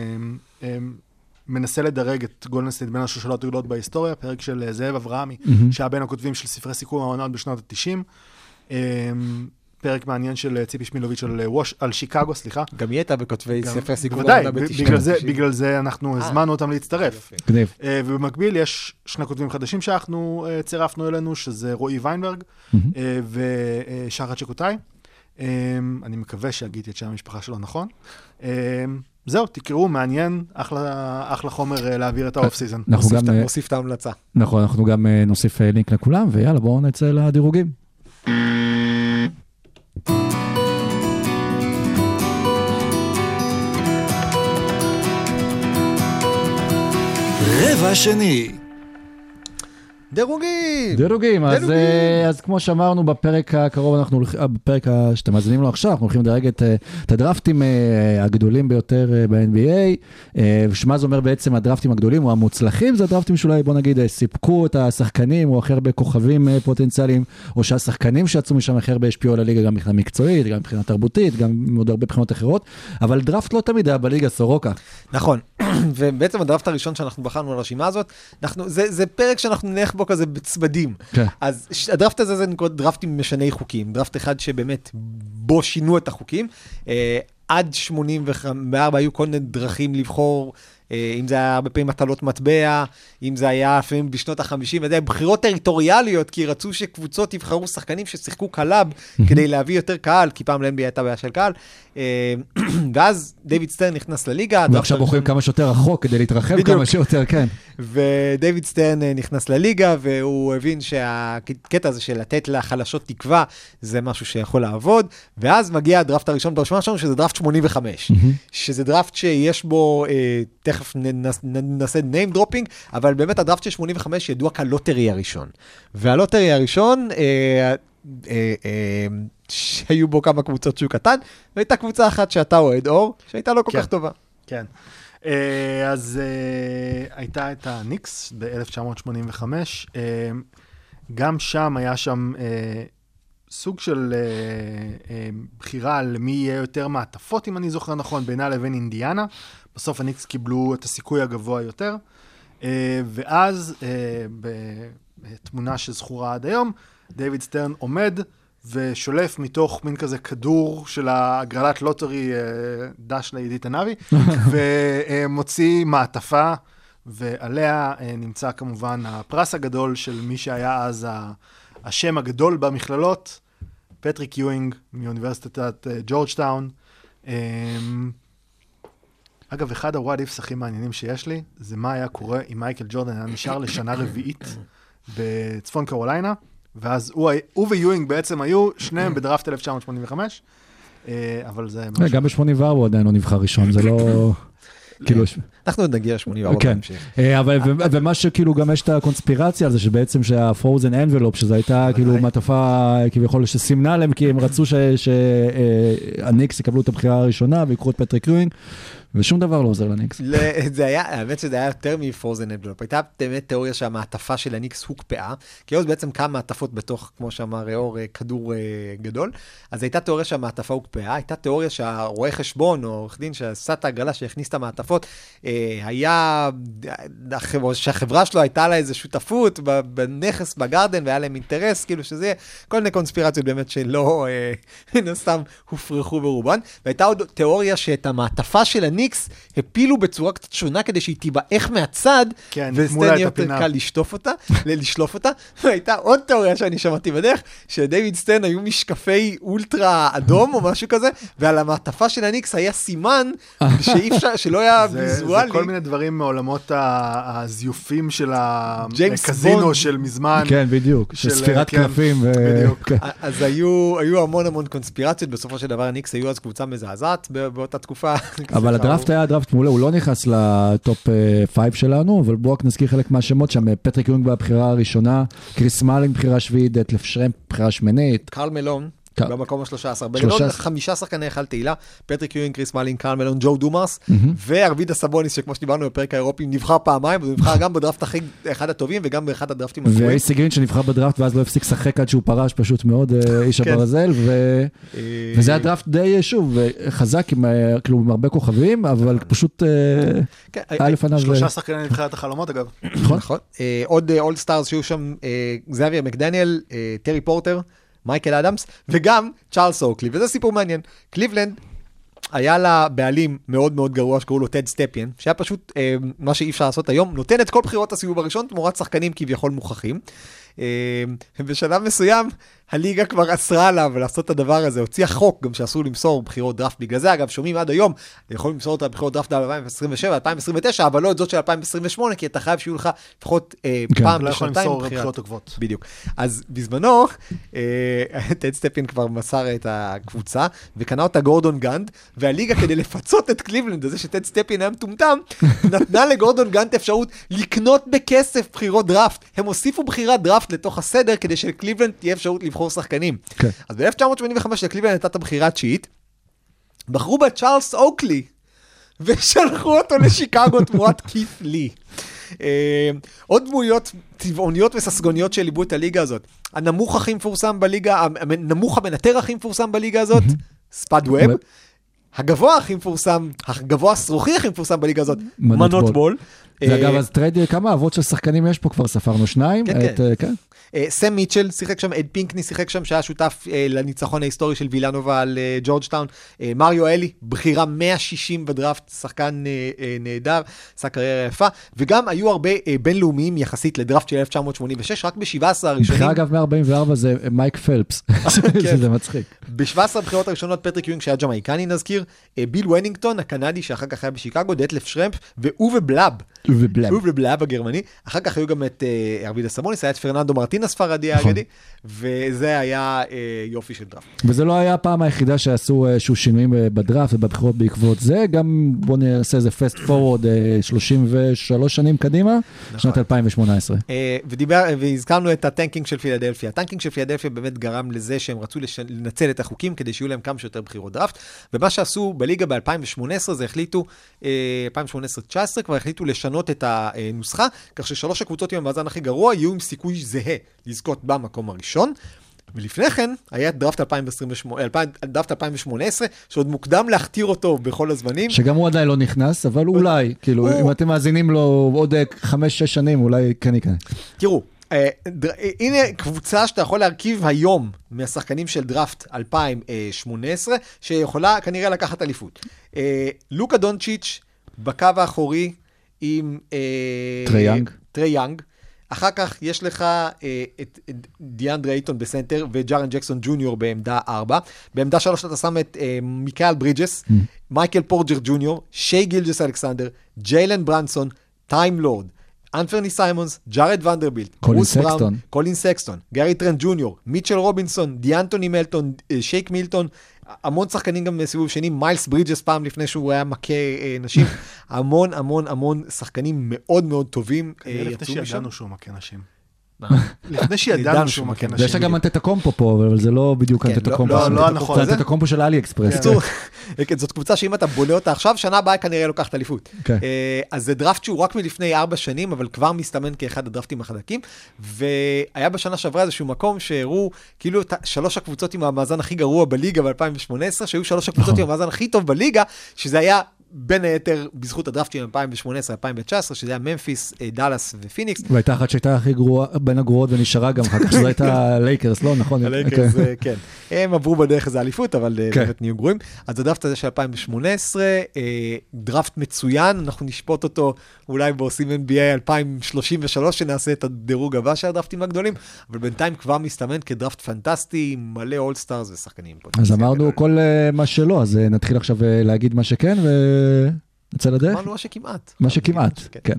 מנסה לדרג את גולדן סטייט בין השושלות הגדולות בהיסטוריה, פרק של זאב אברהמי, שהיה בין הכותבים של ספרי סיכום העונות בשנות ה-90, פרק מעניין של ציפי שמילוביץ' על שיקגו, סליחה. גם היא הייתה בכותבי ספרי סיכום העונות ב-90. בגלל זה אנחנו הזמנו אותם להצטרף. ובמקביל יש 2 כותבים חדשים שאנחנו צירפנו אלינו, שזה רועי ויינברג ושחר צ'קוטאי. אני מקווה שהגיתי את שם המשפחה שלו נכון. זהו, תקראו, מעניין, אחלה חומר להעביר את האוף סיזן. נוסיף את ההמלצה. נכון, אנחנו גם נוסיף לינק לכולם, ויאללה, בואו נצא לדירוגים. רבע שני. דירוגים. אז כמו שאמרנו בפרק הקרוב, בפרק שאתם מאזינים לו עכשיו, אנחנו הולכים לדרג את הדרפטים הגדולים ביותר ב-NBA, ושמה זה אומר בעצם הדרפטים הגדולים או המוצלחים, זה הדרפטים שאולי בוא נגיד סיפקו את השחקנים או הכי הרבה כוכבים פוטנציאליים, או שהשחקנים שיצאו משם הכי הרבה השפיעו על הליגה גם מבחינה מקצועית, גם מבחינה תרבותית, גם עוד הרבה בחינות אחרות, אבל דרפט לא תמיד היה בליגה סורוקה. נכון, ובעצם הדרפט הראשון שאנחנו בחרנו על הרשימה הזאת, זה פרק שאנחנו נלך בו כזה בצמדים. אז הדרפט הזה זה נקרא דרפטים משני חוקים, דרפט אחד שבאמת בו שינו את החוקים, עד 84 היו כל מיני דרכים לבחור, אם זה היה הרבה פעמים מטלות מטבע, אם זה היה לפעמים בשנות ה-50, וזה היה בחירות טריטוריאליות, כי רצו שקבוצות יבחרו שחקנים ששיחקו קלאב, כדי להביא יותר קהל, כי פעם ל-NBA הייתה בעיה של קהל, ואז דיוויד סטרן נכנס לליגה. ועכשיו בוחרים כמה שיותר רחוק, כדי להתרחב כמה שיותר, כן. ודיוויד סטרן נכנס לליגה, והוא הבין שהקטע הזה של לתת לחלשות תקווה, זה משהו שיכול לעבוד, ואז מגיע הדרפט הראשון ברשימה שלנו, שזה דרפט 85, שזה דרפט שיש בו, תכף נעשה name dropping, אבל באמת הדרפט של 85 ידוע כלוטרי הראשון. והלוטרי הראשון, שהיו בו כמה קבוצות שהוא קטן, והייתה קבוצה אחת שאתה אוהד אור, שהייתה לא כל כך טובה. כן. אז הייתה את הניקס ב-1985, גם שם היה שם סוג של בחירה על מי יהיה יותר מעטפות, אם אני זוכר נכון, בינה לבין אינדיאנה. בסוף הניקס קיבלו את הסיכוי הגבוה יותר. ואז, בתמונה שזכורה עד היום, דיוויד סטרן עומד ושולף מתוך מין כזה כדור של הגרלת לוטרי דש לידית הנאבי, ומוציא מעטפה, ועליה נמצא כמובן הפרס הגדול של מי שהיה אז השם הגדול במכללות, פטריק יואינג מאוניברסיטת ג'ורג'טאון. אגב, אחד הוואט איפס הכי מעניינים שיש לי, זה מה היה קורה אם מייקל ג'ורדן היה נשאר לשנה רביעית בצפון קרוליינה, ואז הוא ויואינג בעצם היו שניהם בדראפט 1985, אבל זה משהו. גם ב-84 הוא עדיין לא נבחר ראשון, זה לא... אנחנו עוד נגיע ל-84. כן, ומה שכאילו גם יש את הקונספירציה על זה, שבעצם שה-Frozen Envelope, שזו הייתה כאילו מעטפה כביכול שסימנה להם, כי הם רצו שהניקס יקבלו את הבחירה הראשונה, ויקחו את פטריק יואינג, ושום דבר לא עוזר לניקס. זה היה, האמת שזה היה יותר מפרוזן אנבלופ. הייתה באמת תיאוריה שהמעטפה של הניקס הוקפאה, כי אז בעצם כמה מעטפות בתוך, כמו שאמר אור, כדור גדול. אז הייתה תיאוריה שהמעטפה הוקפאה, הייתה תיאוריה שהרואה חשבון, או עורך דין שעשה את ההגרלה שהכניס את המעטפות, היה, שהחברה שלו הייתה לה איזו שותפות בנכס, בגרדן, והיה להם אינטרס, כאילו שזה כל מיני קונספירציות באמת שלא סתם הופרכו ברובן. והייתה עוד תיאוריה שאת המעטפה של הניקס הפילו בצורה קצת שונה כדי שהיא תיבאך מהצד, כן, וסטן יותר קל לשלוף אותה. והייתה עוד תיאוריה שאני שמעתי בדרך, שדייוויד סטן היו משקפי אולטרה אדום או משהו כזה, ועל המעטפה של הניקס היה סימן שאי אפשר, שלא היה ויזואלי. זה כל מיני דברים מעולמות הזיופים של הקזינו של מזמן. כן, בדיוק, של ספירת קלפים. בדיוק. אז היו המון קונספירציות, בסופו של דבר הניקס היו אז קבוצה מזעזעת באותה תקופה. אבל הדראפט היה דראפט מעולה, הוא לא נכנס לטופ 5 שלנו, אבל בואו רק נזכיר חלק מהשמות שם, פטריק יואינג בבחירה הראשונה, קריס סמלינג בחירה שביעית, דטלף שרמפ בחירה שמינית. קרל מלון, במקום ה-13. בגדול 5 שחקני היכל תהילה, פטריק יואינג, קריס סמלינג, קרל מלון, ג'ו דומארס, וארבידה סבוניס, שכמו שדיברנו בפרק האירופי, נבחר פעמיים, הוא נבחר גם בדראפט הכי אחד הטובים, וגם באחד הדראפטים הגרועים. ואייסי גרין שנבחר בדראפט, ואז לא הפסיק לשחק עד שהוא פרש, פשוט מאוד איש הברזל, וזה הדראפט די, שוב, חזק, כאילו, עם הרבה כוכבים, אבל פשוט היה לפניו... 3 שחקני נבחרת החלומות, אגב. נכון. עוד אולד סטארס שהיו שם, זאבייר מקדניאל, טרי פורטר, מייקל אדמס, וגם צ'ארלס אוקלי, וזה סיפור מעניין. קליבלנד היה לה בעלים מאוד מאוד גרוע שקראו לו טד סטפיאן, שהיה פשוט מה שאי אפשר לעשות היום, נותן את כל בחירות הסיבוב הראשון תמורת שחקנים כביכול מוכחים. בשלב מסוים הליגה כבר אסרה עליו לעשות את הדבר הזה, הוציאה חוק גם שאסור למסור בחירות דראפט, בגלל זה אגב שומעים עד היום, יכולים למסור את הבחירות דראפט ב-2027, 2029, אבל לא את זאת של 2028, כי אתה חייב שיהיו לך לפחות פעם בשנתיים בחירות עוקבות. בדיוק. אז בזמנו, טד סטפיאן כבר מסר את הקבוצה, וקנה אותה גורדון גנד, והליגה כדי לפצות את קליבלנד, זה שטד סטפיאן היה מטומטם, נתנה לגורדון גנד אפשרות לקנות בכסף בחירות דראפט. הם הוסיפו בחירת דראפט לתוך הסדר, כדי שלקליבלנד תהיה אפשרות לבחור שחקנים. אז ב-1985 לקליבלנד הייתה את הבחירה התשיעית, בחרו בה צ'ארלס אוקלי, ושלחו אותו לשיקגו תמורת כית' לי. עוד דמויות צבעוניות וססגוניות שליבו את הליגה הזאת. הנמוך הכי מפורסם בליגה, הנמוך המנטר הכי מפורסם בליגה הזאת, ספאד ווב. הגבוה הכי מפורסם, הגבוה הסרוכי הכי מפורסם בליגה הזאת, מנות בול. ואגב, אז טרייד, כמה אבות של שחקנים יש פה? כבר ספרנו 2. כן. סם מיטשל שיחק שם, אד פינקני שיחק שם, שהיה שותף לניצחון ההיסטורי של וילנובה על ג'ורג'טאון. מריו אלי, בחירה 160 בדראפט, שחקן נהדר, עשה קריירה יפה. וגם היו הרבה בינלאומיים יחסית לדראפט של 1986, רק ב-17 הראשונים. בחירה אגב 144 זה מייק פלפס, שזה מצחיק. ב-17 הבחירות הראשונות פטריק יואינג שהיה ג'מייקני נזכיר, ביל ונינגטון הקנדי שאחר כך היה בשיקגו, דטלף שרמפ ואובה בלאב. אובה בלאב הגרמני. אחר כך היו גם את ארבידה סבוניס, היה את פרננדו מרטינס פרדי האגדי, וזה היה יופי של דראפט. וזה לא היה הפעם היחידה שעשו איזשהו שינויים בדראפט ובבחירות בעקבות זה, גם בוא נעשה איזה fast forward 33 שנים קדימה, שנת 2018. והזכרנו את הטנקינג של פילדלפיה. הטנקינג של פילדלפיה באמת גרם לזה שהם רצו לנצל את החוקים כדי שיהיו להם כמה שיותר בחירות דראפט, ומה שעשו בליגה ב-2018 זה החליטו, 2018-19 כבר החליטו לשנות את הנוסחה, כך ששלוש הקבוצות עם המאזן הכי גרוע יהיו עם סיכוי זהה לזכות במקום הראשון. ולפני כן היה דראפט 2018, שעוד מוקדם להכתיר אותו בכל הזמנים. שגם הוא עדיין לא נכנס, אבל אולי, כאילו, אם אתם מאזינים לו עוד 5-6 שנים, אולי כן יקרה. תראו, הנה קבוצה שאתה יכול להרכיב היום מהשחקנים של דראפט 2018, שיכולה כנראה לקחת אליפות. לוקה דונצ'יץ' בקו האחורי עם טרי יאנג. אחר כך יש לך את דיאנדרה אייטון בסנטר וג'ארן ג'קסון ג'וניור בעמדה 4. בעמדה 3 אתה שם את מיקאל ברידג'ס, מייקל פורג'ר ג'וניור, שי גילג'ס אלכסנדר, ג'יילן ברנסון, טיים לורד, אנפרני סיימונס, ג'ארד ונדרבילט, קולין סקסטון, גארי טרנט ג'וניור, מיטשל רובינסון, דיאנטוני מלטון, שייק מילטון, המון שחקנים גם בסיבוב שני, מיילס ברידג'ס פעם לפני שהוא היה מכה נשים, המון המון המון שחקנים מאוד מאוד טובים יצאו משם. לפני שידענו שהוא מכה נשים. לפני שידענו שהוא מכה נשים. ויש גם אנטטקומפו פה, אבל זה לא בדיוק אנטטקומפו. לא נכון. זה אנטטקומפו של אלי אקספרס. זאת קבוצה שאם אתה בונה אותה עכשיו, שנה הבאה כנראה לוקחת אליפות. אז זה דראפט שהוא רק מלפני 4 שנים, אבל כבר מסתמן כאחד הדראפטים החדקים, והיה בשנה שעברה איזשהו מקום שהראו כאילו 3 הקבוצות עם המאזן הכי גרוע בליגה ב-2018, שהיו 3 הקבוצות עם המאזן הכי טוב בליגה, שזה היה בין היתר בזכות הדראפט של 2018-2019, שזה היה ממפיס, דאלאס ופיניקס. והייתה אחת שהייתה הכי גרועה בין הגרועות ונשארה גם אחר כך, שזו הייתה לייקרס, לא? נכון? הלייקרס, כן. הם עברו בדרך איזה אליפות, אבל באמת נהיו גרועים. אז הדראפט הזה של 2018, דראפט מצוין, אנחנו נשפוט אותו אולי בעושים NBA 2033, שנעשה את הדירוג הבא של הדראפטים הגדולים, אבל בינתיים כבר מסתמן כדראפט פנטסטי, מלא אולסטארס ושחקנים. אז אמרנו כל מה שלא, אז נתחיל עכשיו להגיד מה שכן, נצא לדרך? אמרנו מה שכמעט. מה שכמעט, כן.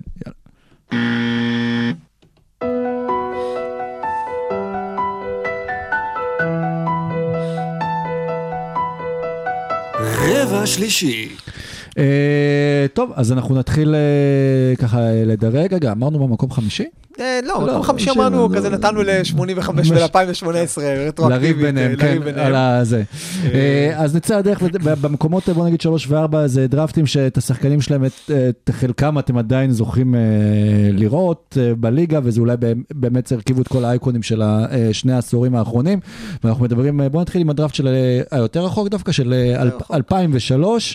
רבע שלישי. טוב, אז אנחנו נתחיל ככה לדרג. רגע, אמרנו במקום 5? לא, מקום 5 אמרנו, כזה נתנו ל-85 ול-2018, לריב ביניהם, כן, על זה. אז נצא הדרך, במקומות, בוא נגיד 3 ו-4, זה דראפטים שאת השחקנים שלהם, את חלקם אתם עדיין זוכים לראות בליגה, וזה אולי באמת הרכיבו את כל האייקונים של 2 העשורים האחרונים, ואנחנו מדברים, בוא נתחיל עם הדראפט של היותר רחוק דווקא, של 2003,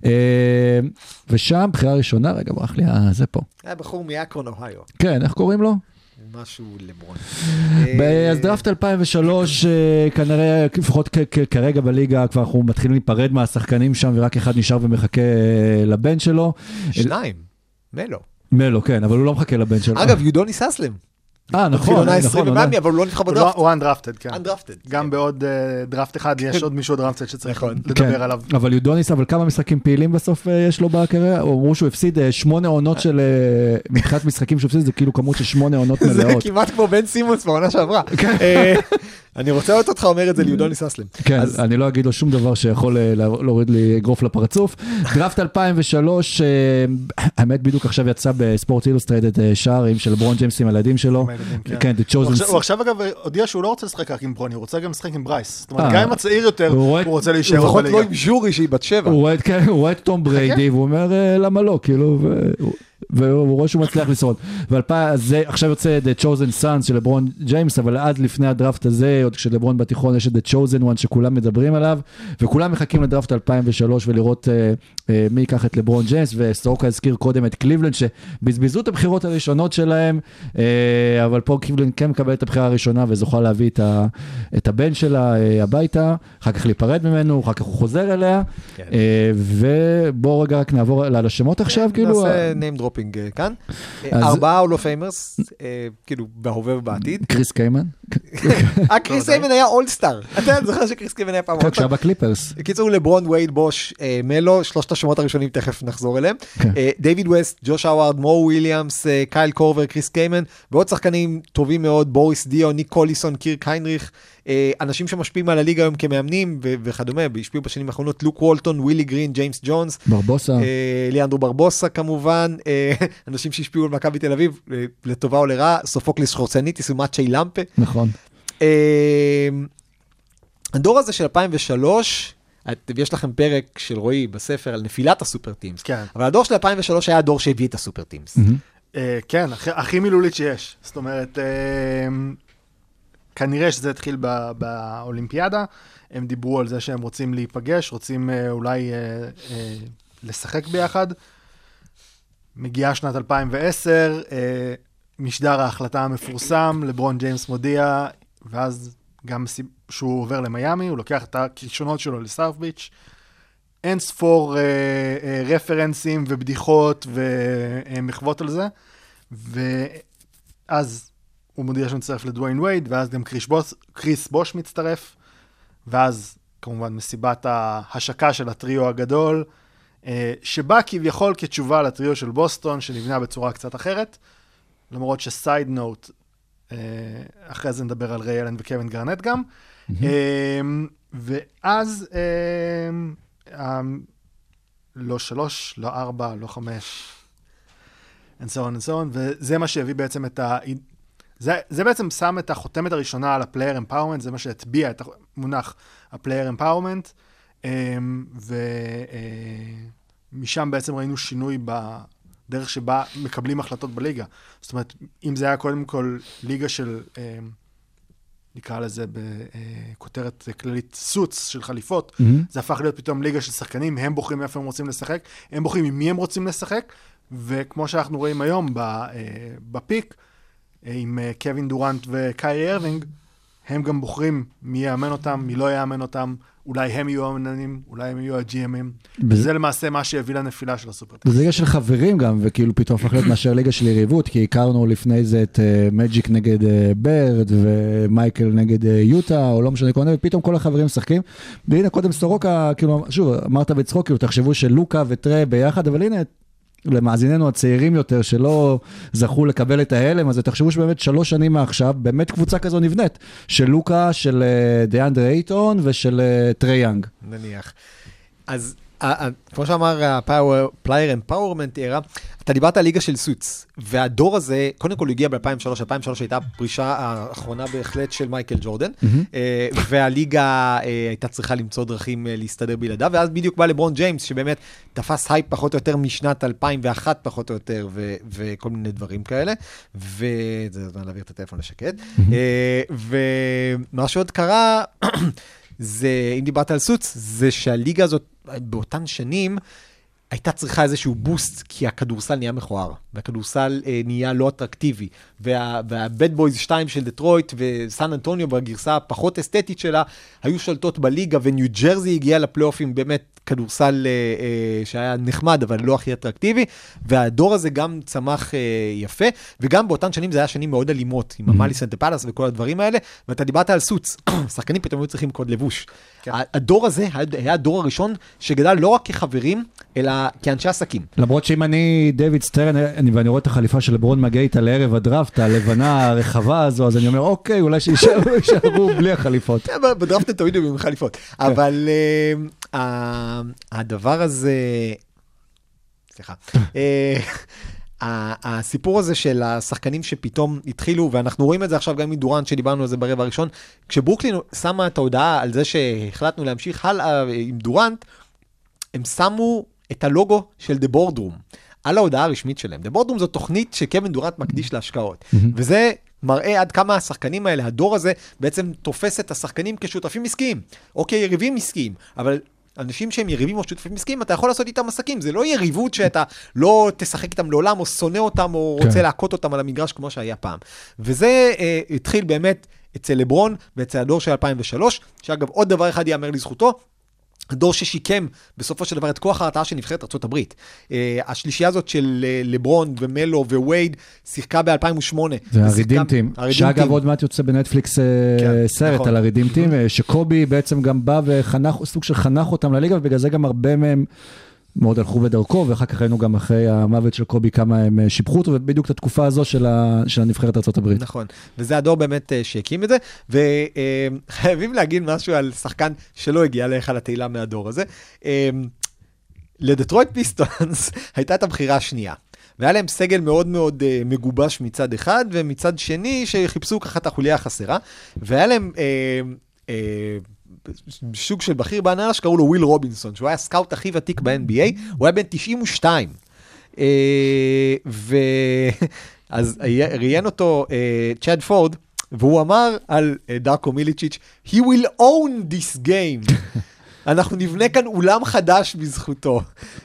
ושם, בחירה ראשונה, רגע, ברח לי, זה פה. היה בחור מאקרון, אוהיו. כן, איך קוראים לו? משהו לברון. אז דראפט 2003, כנראה, לפחות כרגע בליגה, כבר אנחנו מתחילים להיפרד מהשחקנים שם, ורק אחד נשאר ומחכה לבן שלו. 2, מלו. מלו, כן, אבל הוא לא מחכה לבן שלו. אגב, יודוני ססלם. נכון, נכון. אבל הוא לא נבחר בדראפט. הוא אנדרפטד, כן. אנדרפטד. גם בעוד דראפט אחד, יש עוד מישהו דראפט שצריך לדבר עליו. אבל יודוניס, אבל כמה משחקים פעילים בסוף יש לו בקריירה? אמרו שהוא הפסיד 8 עונות של, מבחינת משחקים שהוא הפסיד, זה כאילו כמות של 8 עונות מלאות. זה כמעט כמו בן סימונס בעונה שעברה. אני רוצה לראות אותך אומר את זה ליודוניס ססלם. כן, אני לא אגיד לו שום דבר שיכול להוריד לי אגרוף לפרצוף. דראפט 2003, האמת בדיוק עכשיו יצא בספורט אילוסטרייטד שערים של ברון ג'יימס עם הילדים שלו. כן, The Chosen. הוא עכשיו אגב הודיע שהוא לא רוצה לשחק רק עם ברוני, הוא רוצה גם לשחק עם ברייס. זאת אומרת, גם אם הצעיר יותר, הוא רוצה להישאר בליגה. לפחות לא עם ז'ורי שהיא בת 7. הוא רואה את תום בריידי, והוא אומר, למה לא, כאילו, והוא רואה שהוא מצליח לשרוד. עכשיו יוצא The Chosen Sons של לברון ג'יימס, אבל עד לפני הדראפט הזה, עוד כשלברון בתיכון יש את The Chosen One שכולם מדברים עליו, וכולם מחכים לדראפט 2003 ולראות מי ייקח את לברון ג'יימס, וסורוקה הזכיר קודם את קליבלנד שבזבזו את הבחירות הראשונות שלהם, אבל פה קליבלנד כן מקבל את הבחירה הראשונה וזוכה להביא את הבן שלה הביתה, אחר כך להיפרד ממנו, אחר כך הוא חוזר אליה, ובואו רגע רק נעבור לשמות עכשיו, כאילו... נעשה name dropping כאן. 4 הולו פיימרס, כאילו בהווה ובעתיד. קריס קיימן. קריס קיימן היה אולסטאר. אתה זוכר שקריס קיימן היה פעם אולסטאר? כשהיה בקליפרס. קיצור לברון, וייד, בוש, מלו, 3 השמות הראשונים תכף נחזור אליהם. דיוויד ווסט, ג'וש האווארד, מו וויליאמס, קייל קורבר, קריס קיימן, ועוד שחקנים טובים מאוד, בוריס דיו, ניק קוליסון, קירק היינריך, אנשים שמשפיעים על הליגה היום כמאמנים וכדומה, השפיעו בשנים האחרונות, לוק וולטון, ווילי גרין, ג'יימס ג'ונס, ברבוסה, ליאנדרו ברבוסה כמובן, אנשים שהשפיעו על מכבי תל אביב, לטובה או לרעה, סופוקליס שחורצניטיס ומאצ'י למפה. נכון. הדור הזה של 2003, יש לכם פרק של רועי בספר על נפילת הסופר טימס, אבל הדור של 2003 היה הדור שהביא את הסופר טימס. כן, הכי מילולית שיש. זאת אומרת... כנראה שזה התחיל באולימפיאדה, הם דיברו על זה שהם רוצים להיפגש, רוצים אולי לשחק ביחד. מגיעה שנת 2010, משדר ההחלטה המפורסם, לברון ג'יימס מודיע, ואז גם שהוא עובר למיימי, הוא לוקח את הכישרונות שלו לסאוף ביץ', אין ספור רפרנסים ובדיחות ומחוות על זה, ואז הוא מודיע שהוא מצטרף לדוויין וייד, ואז גם קריס בוש מצטרף, ואז כמובן מסיבת ההשקה של הטריו הגדול, שבא כביכול כתשובה לטריו של בוסטון, שנבנה בצורה קצת אחרת, למרות שסייד נוט, אחרי זה נדבר על ריי אלן וקווין גרנט גם, ואז לא 3, לא 4, לא 5, and so on and so on, וזה מה שהביא בעצם את זה בעצם שם את החותמת הראשונה על הפלייר אמפאורמנט, זה מה שהטביע את המונח הפלייר אמפאורמנט, ומשם בעצם ראינו שינוי בדרך שבה מקבלים החלטות בליגה. זאת אומרת, אם זה היה קודם כל ליגה של, נקרא לזה בכותרת כללית סוץ של חליפות, זה הפך להיות פתאום ליגה של שחקנים, הם בוחרים איפה הם רוצים לשחק, הם בוחרים עם מי הם רוצים לשחק, וכמו שאנחנו רואים היום בפיק, עם קווין דורנט וקיירי ארווינג, הם גם בוחרים מי יאמן אותם, מי לא יאמן אותם, אולי הם יהיו המנהלים, אולי הם יהיו ה-GM'ים. זה למעשה מה שהביא לנפילה של הסופרטים. זה ליגה של חברים גם, וכאילו פתאום הפך להיות מאשר ליגה של יריבות, כי הכרנו לפני זה את מג'יק נגד ברד, ומייקל נגד יוטה, או לא משנה קונה, ופתאום כל החברים משחקים. והנה קודם סורוקה, כאילו, שוב, אמרת בצחוק, כאילו, תחשבו שלוקה וטרי ביחד, אבל הנה, למאזיננו הצעירים יותר שלא זכו לקבל את ההלם, אז תחשבו שבאמת 3 שנים מעכשיו, באמת קבוצה כזו נבנית, של לוקה, של דיאנדרה אייטון ושל טרי יאנג. נניח. אז כמו שאמר הפלייר אמפאורמנט era, אתה דיברת על ליגה של סוץ, והדור הזה, קודם כל הגיע ב-2003 הייתה פרישה האחרונה בהחלט של מייקל ג'ורדן, והליגה הייתה צריכה למצוא דרכים להסתדר בלעדיו, ואז בדיוק בא לברון ג'יימס, שבאמת תפס הייפ פחות או יותר משנת 2001 פחות או יותר, וכל מיני דברים כאלה, וזה זמן להעביר את הטלפון לשקט, ומה שעוד קרה, זה, אם דיברת על סוץ, זה שהליגה הזאת באותן שנים הייתה צריכה איזשהו בוסט, כי הכדורסל נהיה מכוער, והכדורסל נהיה לא אטרקטיבי, והבד בויז 2 של דטרויט וסן אנטוניו בגרסה הפחות אסתטית שלה, היו שולטות בליגה, וניו ג'רזי הגיעה לפלייאופים באמת כדורסל שהיה נחמד, אבל לא הכי אטרקטיבי, והדור הזה גם צמח יפה, וגם באותן שנים זה היה שנים מאוד אלימות, עם המאלי סנטה פלאס וכל הדברים האלה, ואתה דיברת על סוץ, שחקנים פתאום היו צריכים קוד לבוש. הדור הזה היה הדור הראשון שגדל לא רק כחברים, אלא כאנשי עסקים. למרות שאם אני דיוויד סטרן, ואני רואה את החליפה של לברון מגיע איתה לערב הדראפט, הלבנה הרחבה הזו, אז אני אומר, אוקיי, אולי שישארו בלי החליפות. בדראפט הם תמיד עם חליפות. אבל הדבר הזה, סליחה, הסיפור הזה של השחקנים שפתאום התחילו, ואנחנו רואים את זה עכשיו גם מדורנט שדיברנו על זה ברבע הראשון, כשברוקלין שמה את ההודעה על זה שהחלטנו להמשיך הלאה עם דורנט, הם שמו את הלוגו של The Boardroom על ההודעה הרשמית שלהם. The Boardroom זו תוכנית שקווין דורנט מקדיש להשקעות. וזה מראה עד כמה השחקנים האלה, הדור הזה, בעצם תופס את השחקנים כשותפים עסקיים, או כיריבים עסקיים. אבל אנשים שהם יריבים או שותפים עסקיים, אתה יכול לעשות איתם עסקים. זה לא יריבות שאתה לא תשחק איתם לעולם, או שונא אותם, או רוצה להכות אותם על המגרש כמו שהיה פעם. וזה התחיל באמת אצל לברון, ואצל הדור של 2003, שאגב עוד דבר אחד יאמר לזכותו, הדור ששיקם בסופו של דבר את כוח ההרתעה של נבחרת ארצות הברית. השלישייה הזאת של לברון ומלו ווייד שיחקה ב-2008. זה הרידים טים. שאגב עוד מעט יוצא בנטפליקס סרט על הרידים טים, שקובי בעצם גם בא וחנך, סוג של חנך אותם לליגה, ובגלל זה גם הרבה מהם מאוד הלכו בדרכו, ואחר כך היינו גם אחרי המוות של קובי כמה הם שיפחו אותו, ובדיוק את התקופה הזו של הנבחרת ארצות הברית. נכון, וזה הדור באמת שהקים את זה, וחייבים להגיד משהו על שחקן שלא הגיע להיכל התהילה מהדור הזה. לדטרויט פיסטונס הייתה את הבחירה השנייה, והיה להם סגל מאוד מאוד מגובש מצד אחד, ומצד שני שחיפשו ככה את החוליה החסרה, והיה להם שוק של בכיר בהנהלה שקראו לו וויל רובינסון, שהוא היה הסקאוט הכי ותיק ב-NBA, הוא היה בן 92. אז ראיין אותו צ'אד פורד, והוא אמר על דארקו מיליצ'יץ', he will own this game. אנחנו נבנה כאן אולם חדש בזכותו.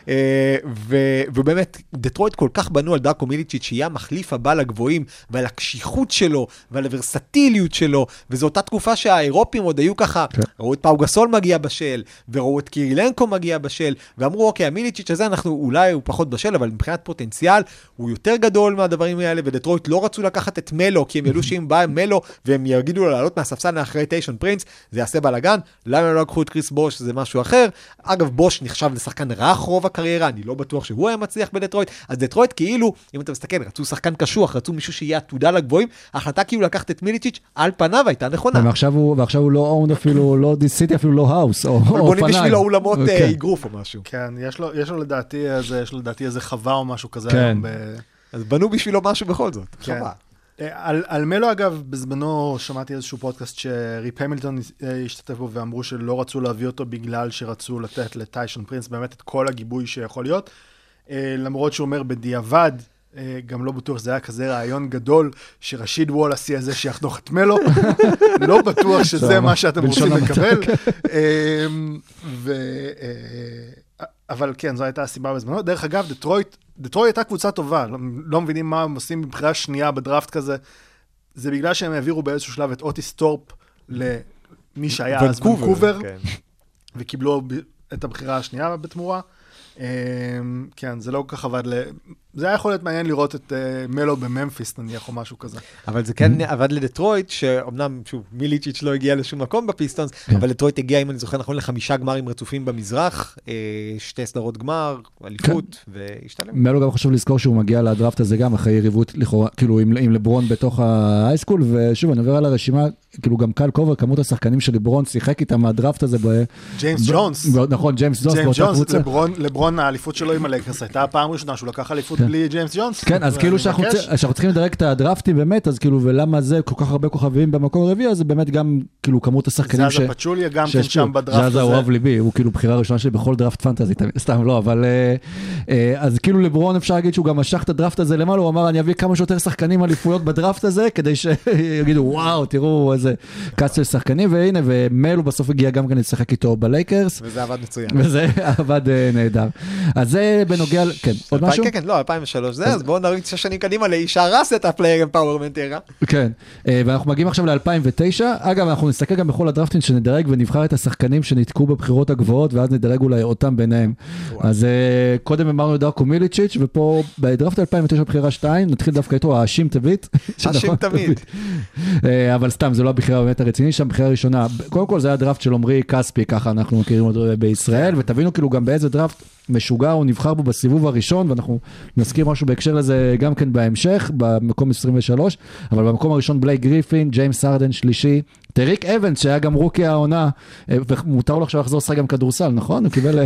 ובאמת, דטרויט כל כך בנו על דארקו מיליצ'יץ' שיהיה המחליף הבא לגבוהים, ועל הקשיחות שלו, ועל הוורסטיליות שלו, וזו אותה תקופה שהאירופים עוד היו ככה, ראו את פאו גסול מגיע בשל, וראו את קירילנקו מגיע בשל, ואמרו, אוקיי, המיליצ'יץ' הזה אולי הוא פחות בשל, אבל מבחינת פוטנציאל, הוא יותר גדול מהדברים האלה, ודטרויט לא רצו לקחת את מלו, כי הם ידעו שאם בא מלו, והם יגידו לו לעלות מהספסל לאחרי טיישן פרינס, זה יעשה בלגן. למה לא לקחו את קריס בוש? זה משהו אחר. אגב, בוש נחשב לשחקן רך רוב הקריירה, אני לא בטוח שהוא היה מצליח בדטרויט. אז דטרויט כאילו, אם אתה מסתכל, רצו שחקן קשוח, רצו מישהו שיהיה עתודה לגבוהים, ההחלטה כאילו לקחת את מיליצ'יץ' על פניו הייתה נכונה. ועכשיו הוא לא און אפילו, לא דיסיטי, אפילו לא האוס, או אופניים. בונים בשבילו אולמות אגרוף או משהו. כן, יש לו לדעתי איזה חווה או משהו כזה. אז בנו בשבילו משהו בכל זאת. חווה. על מלו אגב, בזמנו שמעתי איזשהו פודקאסט שריפ המילטון השתתף בו ואמרו שלא רצו להביא אותו בגלל שרצו לתת לטיישן פרינס באמת את כל הגיבוי שיכול להיות. למרות שהוא אומר בדיעבד, גם לא בטוח שזה היה כזה רעיון גדול שרשיד וולאס יהיה זה שיחנוך את מלו. לא בטוח שזה מה שאתם רוצים לקבל. אבל כן, זו הייתה הסיבה בזמנו. דרך אגב, דטרויט הייתה קבוצה טובה, לא מבינים מה הם עושים בבחירה שנייה בדראפט כזה. זה בגלל שהם העבירו באיזשהו שלב את אוטיס טורפ למי שהיה אז ונקובר, וקיבלו את הבחירה השנייה בתמורה. כן, זה לא כל כך עבד זה היה יכול להיות מעניין לראות את מלו בממפיס, נניח, או משהו כזה. אבל זה כן עבד לדטרויט, שאומנם, שוב, מיליצ'יץ' לא הגיע לשום מקום בפיסטונס, אבל דטרויט הגיע, אם אני זוכר נכון, ל5 גמרים רצופים במזרח, 2 סדרות גמר, אליפות, והשתלם. מלו גם חשוב לזכור שהוא מגיע לדראפט הזה גם, אחרי יריבות, כאילו, עם לברון בתוך ההייסקול, ושוב, אני עובר על הרשימה, כאילו, גם קל קובר, כמות השחקנים של לברון שיחק איתם מהדראפט הזה ג'יימס ג'ונס. נכון, ג'יימס ג'ונס. לברון, האליפות שלו עם הלייקרס הייתה הפעם ראשונה שהוא לקח אליפות בלי ג'יימס ג'ונס. כן, אז כאילו שאנחנו צריכים לדרג את הדראפטים באמת, אז כאילו, ולמה זה כל כך הרבה כוכבים במקום הרביעי, אז זה באמת גם, כאילו, כמות השחקנים זאזה פצ'וליה גם כן שם בדראפט הזה. זאזה הוא אוהב ליבי, הוא כאילו בחירה ראשונה שלי בכל דראפט פנטזי, סתם לא, אבל אז כאילו לברון אפשר להגיד שהוא גם משך את הדראפט הזה למעלה, הוא אמר, אני אביא כמה שיותר שחקנים אליפויות בדראפט הזה, כדי שיגידו, וואו, תראו איזה קאסט של שחקנים, והנה, ומלו בסוף הגיע גם כאן לשחק איתו בלייקרס. וזה עבד מצוין. וזה עבד נהדר. אז זה בנוגע, כן, עוד משהו? כן, לא, 2003 זה, אז בואו נריץ 6 שנים קדימה לאיש הרס את הפלייר אמפאורמנט era. כן, ואנחנו מגיעים עכשיו ל-2009. אגב, אנחנו נסתכל גם בכל הדראפטים שנדרג ונבחר את השחקנים שנתקעו בבחירות הגבוהות, ואז נדרג אולי אותם ביניהם. אז קודם אמרנו דארקו מיליצ'יץ', ופה בדראפט 2009 בחירה 2, נתחיל דווקא איתו, האשים תמיד. האשים תמיד. אבל סתם, זה לא הבחירה באמת הרצינית, שם בחירה ראשונה. קודם כל זה היה דראפט של עמרי כספי, ככה אנחנו מכירים אותו בישראל, ותבינו כאילו גם באיזה דראפט משוגע הוא נבחר בו בסיבוב הראשון, ואנחנו נזכיר משהו בהקשר לזה גם כן בהמשך, במקום 23, אבל במקום הראשון בלייק גריפין, ג'יימס הרדן שלישי, טריק אבנס שהיה גם רוקי העונה, ומותר לו עכשיו לחזור שחק גם כדורסל, נכון? הוא קיבל...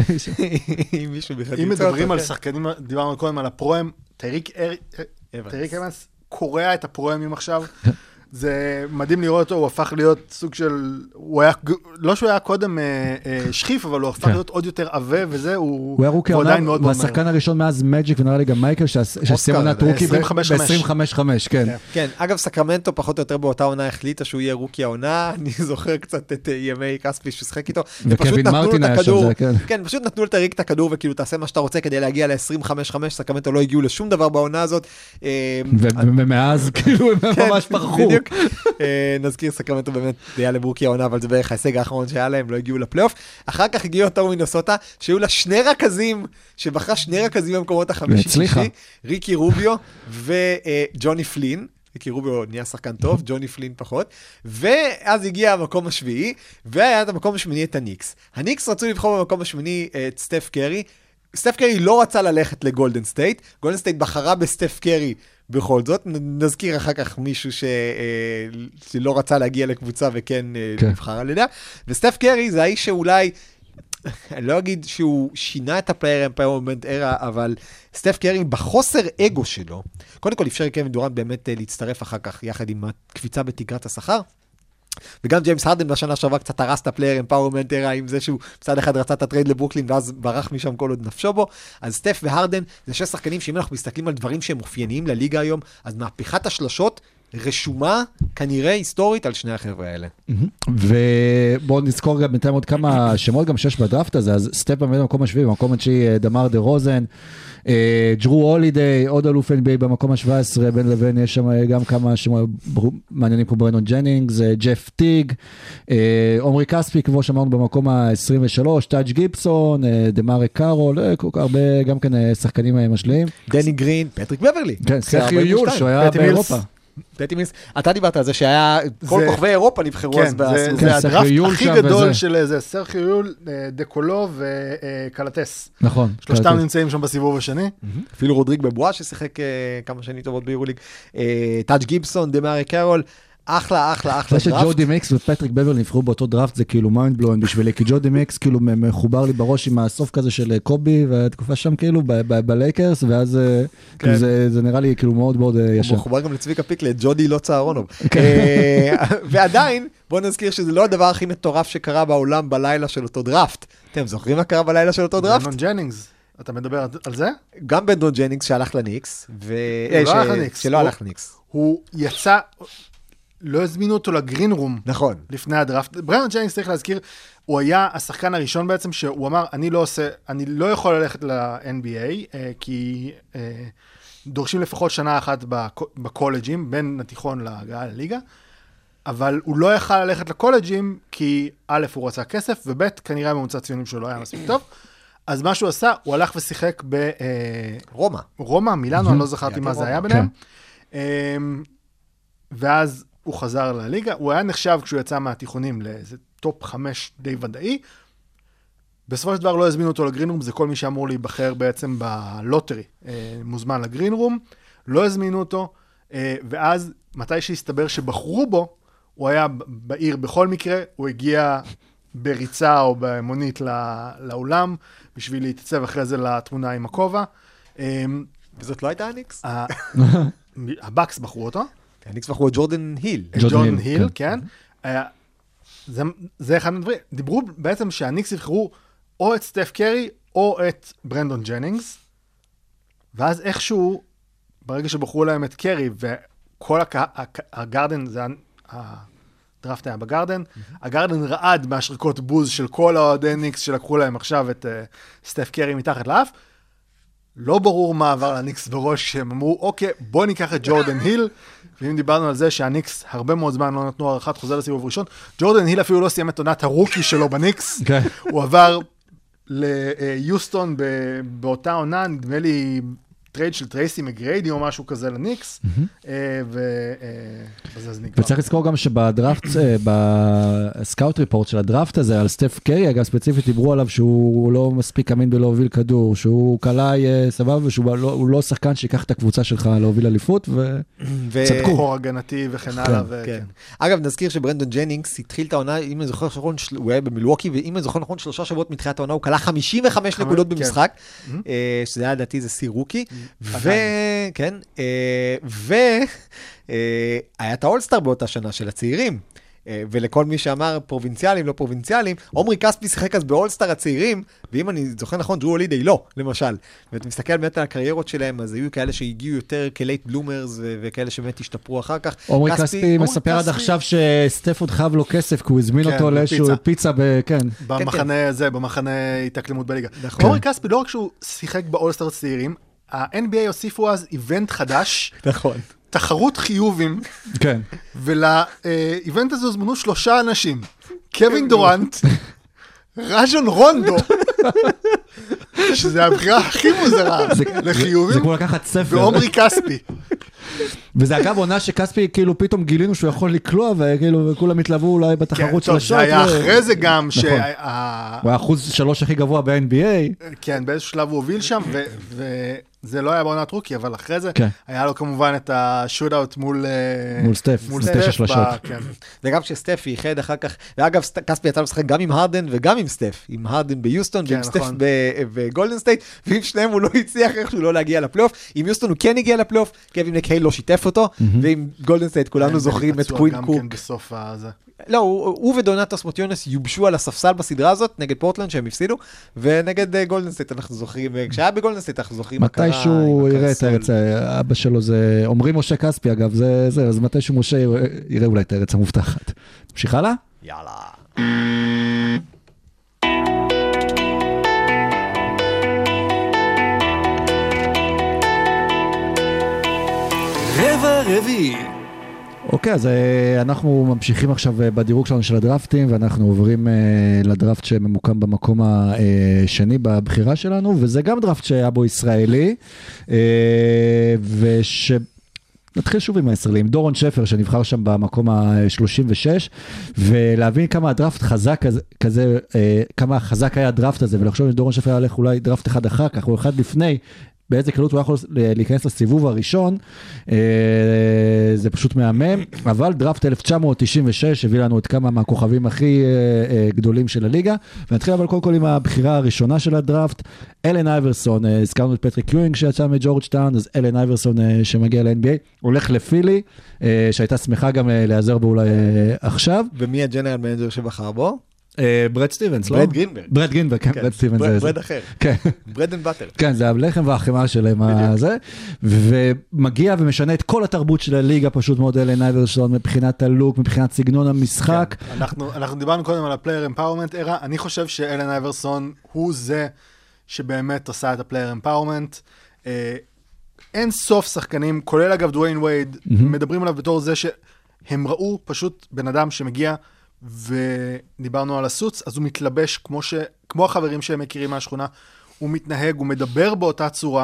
אם מדברים על שחקנים, דיברנו קודם על הפרואם, טריק אבנס קורע את הפרואמים עכשיו, זה מדהים לראות אותו, הוא הפך להיות סוג של, לא שהוא היה קודם שחיף, אבל הוא הפך להיות עוד יותר עווה, וזה, הוא היה רוקי העונה, והשחקן הראשון מאז מג'יק, ונראה לי גם מייקל, שסיים עונת רוקי ב-25-5, כן. כן, אגב, סקרמנטו פחות או יותר באותה עונה החליטה שהוא יהיה רוקי העונה, אני זוכר קצת את ימי כספי ששחק איתו, וקווין מרטין היה שם, כן, פשוט נתנו לטריק את הכדור, וכאילו תעשה מה שאתה רוצה כדי להגיע ל-25-5, סקרמנטו לא הגיעו לשום דבר בעונה הזאת. ומאז, כאילו, הם ממש פרחו. נזכיר סקרמנטו באמת היה לברוקי העונה, אבל זה בערך ההישג האחרון שהיה להם, לא הגיעו לפלייאוף. אחר כך הגיעו אותו מינסוטה, שהיו לה 2 רכזים, שבחרה 2 רכזים במקומות החמישי, ריקי רוביו וג'וני פלין. ריקי רוביו נהיה שחקן טוב, ג'וני פלין פחות, ואז הגיע המקום השביעי, והיה את המקום השמיני את הניקס. הניקס רצו לבחור במקום השמיני את סטף קרי, סטף קרי לא רצה ללכת לגולדן סטייט, גולדן סטייט בחרה בסטף קרי בכל זאת, נזכיר אחר כך מישהו שלא רצה להגיע לקבוצה וכן נבחר על ידה, וסטף קרי זה האיש שאולי, אני לא אגיד שהוא שינה את הפלייר אמפאורמנט era, אבל סטף קרי בחוסר אגו שלו, קודם כל אפשר קווין דורנט באמת להצטרף אחר כך יחד עם הקפיצה בתקרת השכר, וגם ג'יימס הרדן בשנה שעברה קצת הרס את הפלייר אמפאורמנט era עם זה שהוא מצד אחד רצה את הטרייד לברוקלין ואז ברח משם כל עוד נפשו בו. אז סטף והרדן זה 6 שחקנים שאם אנחנו מסתכלים על דברים שהם אופייניים לליגה היום, אז מהפכת השלשות רשומה, כנראה היסטורית, על שני החבר'ה האלה. ובואו נזכור גם בינתיים עוד כמה שמות גם שיש בדראפט הזה, אז סטף באמת במקום השביעי, במקום התשיעי, דמר דה רוזן, ג'רו הולידיי, עוד אלוף NBA במקום ה-17, בין לבין יש שם גם כמה שמעניינים כמו ברנדון ג'נינגס, ג'ף טיג, עומרי כספי, כמו שאמרנו במקום ה-23, טאג' גיבסון, דמארי קארול, הרבה גם כן שחקנים משלימים. דני גרין, פטריק בברלי. כן, סרחיו יול, שהוא היה באירופה. אתה דיברת על זה שהיה, כל כוכבי אירופה נבחרו אז בסיבוב. זה הדראפט הכי גדול של זה, סרחיו יול, דקולו וקלטס. נכון. שלושתם נמצאים שם בסיבוב השני. אפילו רודריג בבואה ששיחק כמה שנים טובות ביורוליג. טאג' גיבסון, דמארי קארול, אחלה דראפט. זה שג'ודי מיקס ופטריק בברלי נבחרו באותו דראפט, זה כאילו מיינד בלואין בשבילי, כי ג'ודי מיקס כאילו מחובר לי בראש עם הסוף כזה של קובי, והתקופה שם כאילו בלייקרס, ואז זה נראה לי כאילו מאוד מאוד ישר. הוא מחובר גם לצביקה פיקלט, ג'ודי לא צהרונוב. ועדיין, בואו נזכיר שזה לא הדבר הכי מטורף שקרה בעולם בלילה של אותו דראפט. אתם זוכרים מה קרה בלילה של אותו דראפט? ברנדון ג'נינגס. אתה מדבר על זה? גם ברנדון ג'נינגס שהלך לניקס, שלא הלך לניקס. הוא יצא, לא הזמינו אותו לגרין רום. נכון. לפני הדראפט. ברנדון ג'נינגס צריך להזכיר, הוא היה השחקן הראשון בעצם שהוא אמר, אני לא יכול ללכת ל-NBA, כי דורשים לפחות שנה אחת בקולג'ים, בין התיכון להגעה לליגה, אבל הוא לא יכל ללכת לקולג'ים, כי א' הוא רצה כסף, וב' כנראה ממוצע ציונים שלו לא היה מספיק טוב. אז מה שהוא עשה, הוא הלך ושיחק רומא, מילאנו, אני לא זכרתי מה זה היה ביניהם. ואז הוא חזר לליגה, הוא היה נחשב כשהוא יצא מהתיכונים לאיזה טופ 5 די ודאי. בסופו של דבר לא הזמינו אותו לגרין רום, זה כל מי שאמור להיבחר בעצם בלוטרי, מוזמן לגרין רום, לא הזמינו אותו, ואז מתי שהסתבר שבחרו בו, הוא היה בעיר בכל מקרה, הוא הגיע בריצה או במונית לאולם, בשביל להתעצב אחרי זה לתמונה עם הכובע. וזאת לא הייתה הניקס? הבקס בחרו אותו. הניקס בחרו את ג'ורדן היל. ג'ורדן היל, כן. זה אחד הדברים. דיברו בעצם שהניקס יבחרו או את סטף קרי או את ברנדון ג'נינגס, ואז איכשהו, ברגע שבחרו להם את קרי, וכל הגרדן, זה הדראפט היה בגרדן, הגרדן רעד מהשריקות בוז של כל האוהדי ניקס שלקחו להם עכשיו את סטף קרי מתחת לאף, לא ברור מה עבר לניקס בראש, שהם אמרו, אוקיי, בוא ניקח את ג'ורדן היל, ואם דיברנו על זה שהניקס הרבה מאוד זמן לא נתנו הערכת חוזה לסיבוב ראשון, ג'ורדן היל אפילו לא סיים את עונת הרוקי שלו בניקס, הוא עבר ליוסטון באותה עונה, נדמה לי טרייד של טרייסי מגריידי או משהו כזה לניקס, וזה נגמר. וצריך לזכור גם שבדראפט, בסקאוט ריפורט של הדראפט הזה, על סטף קרי, אגב ספציפית דיברו עליו שהוא לא מספיק אמין בלהוביל כדור, שהוא קלעי סבב, ושהוא לא שחקן שיקח את הקבוצה שלך להוביל אליפות, וצדקו. חור הגנתי וכן הלאה. אגב, נזכיר שברנדון ג'נינגס התחיל את העונה, אם אני זוכר נכון, הוא היה במילווקי, ואם אני זוכר נכון, 3 שבועות מתחילת העונה, הוא קלע 55 נקודות במשחק, שזה היה לדעתי זה סיר רוקי, וכן, והיה את האולסטאר באותה שנה של הצעירים, ולכל מי שאמר פרובינציאלים, לא פרובינציאלים, עומרי כספי שיחק אז באולסטאר הצעירים, ואם אני זוכר נכון, ג'רו הולידיי לא, למשל. ואתה מסתכל באמת על הקריירות שלהם, אז היו כאלה שהגיעו יותר כלייט בלומרס, וכאלה שבאמת השתפרו אחר כך. עומרי כספי מספר עד עכשיו שסטף עוד חייב לו כסף, כי הוא הזמין אותו לאיזשהו פיצה, כן. במחנה הזה, במחנה התאקלמות בליגה. עומרי כספי, לא רק שהוא שיחק באולסטאר הצעירים, ה-NBA הוסיפו אז איבנט חדש. נכון. תחרות חיובים. כן. ולאיבנט הזה הוזמנו 3 אנשים. קווין דורנט, רג'ון רונדו, שזה הבחירה הכי מוזרה לחיובים. זה כמו לקחת ספר. ועומרי כספי. וזה אגב עונה שכספי כאילו פתאום גילינו שהוא יכול לקלוע, וכולם התלוו אולי בתחרות של השוט. זה היה אחרי זה גם הוא היה אחוז 3 הכי גבוה ב-NBA. כן, באיזשהו שלב הוא הוביל שם, זה לא היה בעונת רוקי, אבל אחרי זה היה לו כמובן את השוט-אוט מול סטף, מול 9 שלשות. וגם שסטף ייחד אחר כך, ואגב, כספי יצא לשחק גם עם הרדן וגם עם סטף, עם הרדן ביוסטון ועם סטף בגולדן סטייט, ועם שניהם הוא לא הצליח איכשהו לא להגיע לפלייאוף, עם יוסטון הוא כן הגיע לפלייאוף, קווין מקהייל לא שיתף אותו, ועם גולדן סטייט כולנו זוכרים את קווין קוק. לא, הוא ודונטוס מוטיונס יובשו על הספסל בסדרה הזאת, נגד פורטלנד שהם הפסידו, ונגד גולדן סטייט אנחנו זוכרים, כשהיה בגולדן סטייט אנחנו זוכרים. מתי מתישהו הוא יראה את הארץ, אבא שלו זה, אומרים משה כספי אגב, זה, אז מתישהו משה יראה אולי את הארץ המובטחת. תמשיך הלאה? יאללה. רבע רביעי. אוקיי, אז אנחנו ממשיכים עכשיו בדירוג שלנו של הדרפטים, ואנחנו עוברים לדרפט שממוקם במקום השני בבחירה שלנו, וזה גם דרפט שהיה בו ישראלי, נתחיל שוב עם הישראלים, דורון שפר שנבחר שם במקום ה-36, ולהבין כמה הדרפט חזק כזה, כמה חזק היה הדרפט הזה, ולחשוב שדורון שפר הלך אולי דרפט אחד אחר כך, או אחד לפני, באיזה קלות הוא יכול להיכנס לסיבוב הראשון, זה פשוט מהמם, אבל דרפט 1996 הביא לנו את כמה מהכוכבים הכי גדולים של הליגה, ונתחיל אבל קודם כל עם הבחירה הראשונה של הדרפט, אלן אייברסון, הזכרנו את פטריק יואינג שיצא מג'ורג'טאון, אז אלן אייברסון שמגיע ל-NBA, הולך לפילי, שהייתה שמחה גם להיעזר בו אולי עכשיו. ומי הג'נרל מנג'ר שבחר בו? ברד סטיבנס, לא? ברד גרינברג. ברד גרינברג, כן, ברד סטיבנס. ברד אחר. כן. ברד אנד באטר. כן, זה הלחם והחמאה שלהם הזה, ומגיע ומשנה את כל התרבות של הליגה, פשוט מאוד אלן אייברסון, מבחינת הלוק, מבחינת סגנון המשחק. אנחנו דיברנו קודם על הפלייר אמפאורמנט ארה, אני חושב שאלן אייברסון הוא זה שבאמת עשה את הפלייר אמפאורמנט. אין סוף שחקנים, כולל אגב דוויין וייד, מדברים עליו בתור זה שהם ראו פשוט בן אדם שמגיע ודיברנו על הסוץ, אז הוא מתלבש כמו החברים שהם מכירים מהשכונה, הוא מתנהג, הוא מדבר באותה צורה,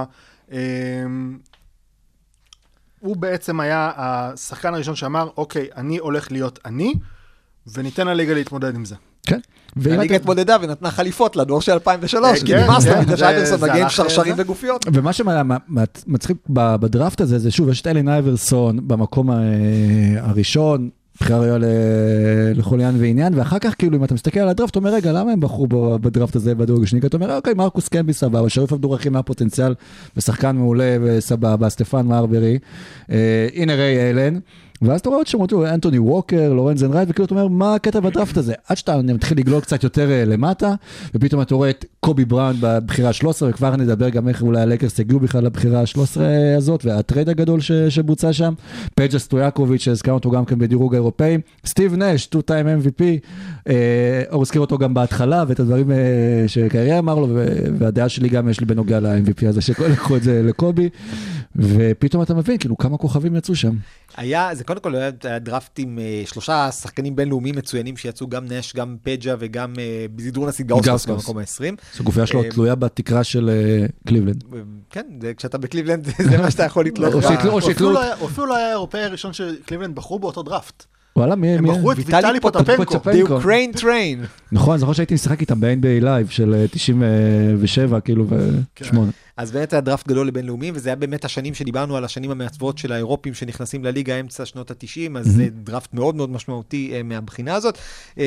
הוא בעצם היה השחקן הראשון שאמר, אוקיי, אני הולך להיות אני, וניתן לליגה להתמודד עם זה. כן. הליגה התמודדה ונתנה חליפות לדור של 2003, כי נמאסת מדי שאייברסון מגיע עם שרשרים וגופיות. ומה שמצחיק בדרפט הזה, זה שוב, יש את אלן אייברסון במקום הראשון, בחירה ראויה לכל עניין ועניין, ואחר כך כאילו אם אתה מסתכל על הדרפט, אתה אומר רגע, למה הם בחרו בדרפט הזה בדירוג השני? אתה אומר, אוקיי, מרקוס קמבי סבבה, שריף עבדורחים מהפוטנציאל, ושחקן מעולה וסבבה, סטפן מרברי, הנה ריי אלן, ואז אתה רואה עוד שמות, אנטוני ווקר, לורנזן רייט, וכאילו אתה אומר, מה הקטע בדרפט הזה? עד שאתה מתחיל לגלול קצת יותר למטה, ופתאום אתה רואה את קובי בראון בבחירה ה-13, וכבר נדבר גם איך אולי הלקרס הגיעו בכלל לבחירה ה-13 הזאת, והטרייד הגדול שבוצע שם, פג'ה סטויאקוביץ' שהזכרנו אותו גם כן בדירוג האירופאי, סטיב נש, 2-time MVP, או הזכיר אותו גם בהתחלה, ואת הדברים שקריירה אמר לו, והדעה שלי גם יש לי בנוגע ל-MVP הזה, שלקחו את זה לקובי, ופתאום אתה מבין, כאילו, כמה כוכבים יצאו שם. זה קודם כל היה דרפט עם 3 שחקנים בינלאומיים מצוינים שיצאו גם נש, גם פג'ה וגם בזידרונה סיגאוסקוס במקום ה-20. זו גופייה שלו תלויה בתקרה של קליבלנד. כן, כשאתה בקליבלנד זה מה שאתה יכול לתלות. או אפילו לא היה האירופאי הראשון שקליבלנד בחרו באותו דרפט. וואלה, הם בחרו את ויטלי פוטפנקו. The Ukraine Train. נכון, זוכר שהייתי משחק איתם ב-NBA Live של 97, כאילו, ו-8. אז באמת היה דרפט גדול לבינלאומיים, וזה היה באמת השנים שדיברנו על השנים המעצבות של האירופים שנכנסים לליגה אמצע שנות ה-90, אז זה דרפט מאוד מאוד משמעותי מהבחינה הזאת.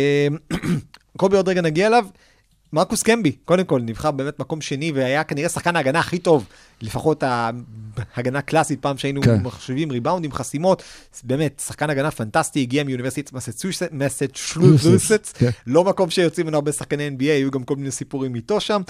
קובי עוד רגע נגיע אליו. מרקוס קמבי, קודם כל, נבחר באמת מקום שני, והיה כנראה שחקן ההגנה הכי טוב, לפחות ההגנה קלאסית, פעם שהיינו מחשבים ריבאונדים, חסימות, באמת, שחקן הגנה פנטסטי, הגיע מיוניברסיטת מסצ'וסטס, לא מקום שיוצאים ממנו הרבה שחקני NBA, היו גם כל מיני סיפורים איתו שם,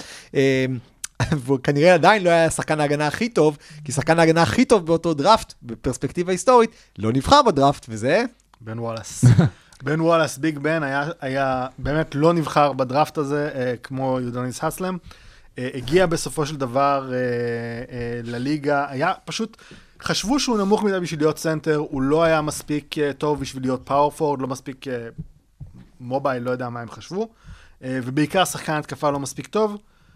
וכנראה עדיין לא היה שחקן ההגנה הכי טוב, כי שחקן ההגנה הכי טוב באותו דרפט, בפרספקטיבה היסטורית, לא נבחר בדרפט, וזה בן וואלאס. בן וואלאס, ביג בן, היה באמת לא נבחר בדרפט הזה, כמו יודוניס הסלם. הגיע בסופו של דבר לליגה, היה פשוט, חשבו שהוא נמוך מדי בשביל להיות סנטר, הוא לא היה מספיק טוב בשביל להיות פאורפורד, לא מספיק מובייל, לא יודע מה הם חשבו, ובעיקר שחקן התקפה לא מספיק טוב,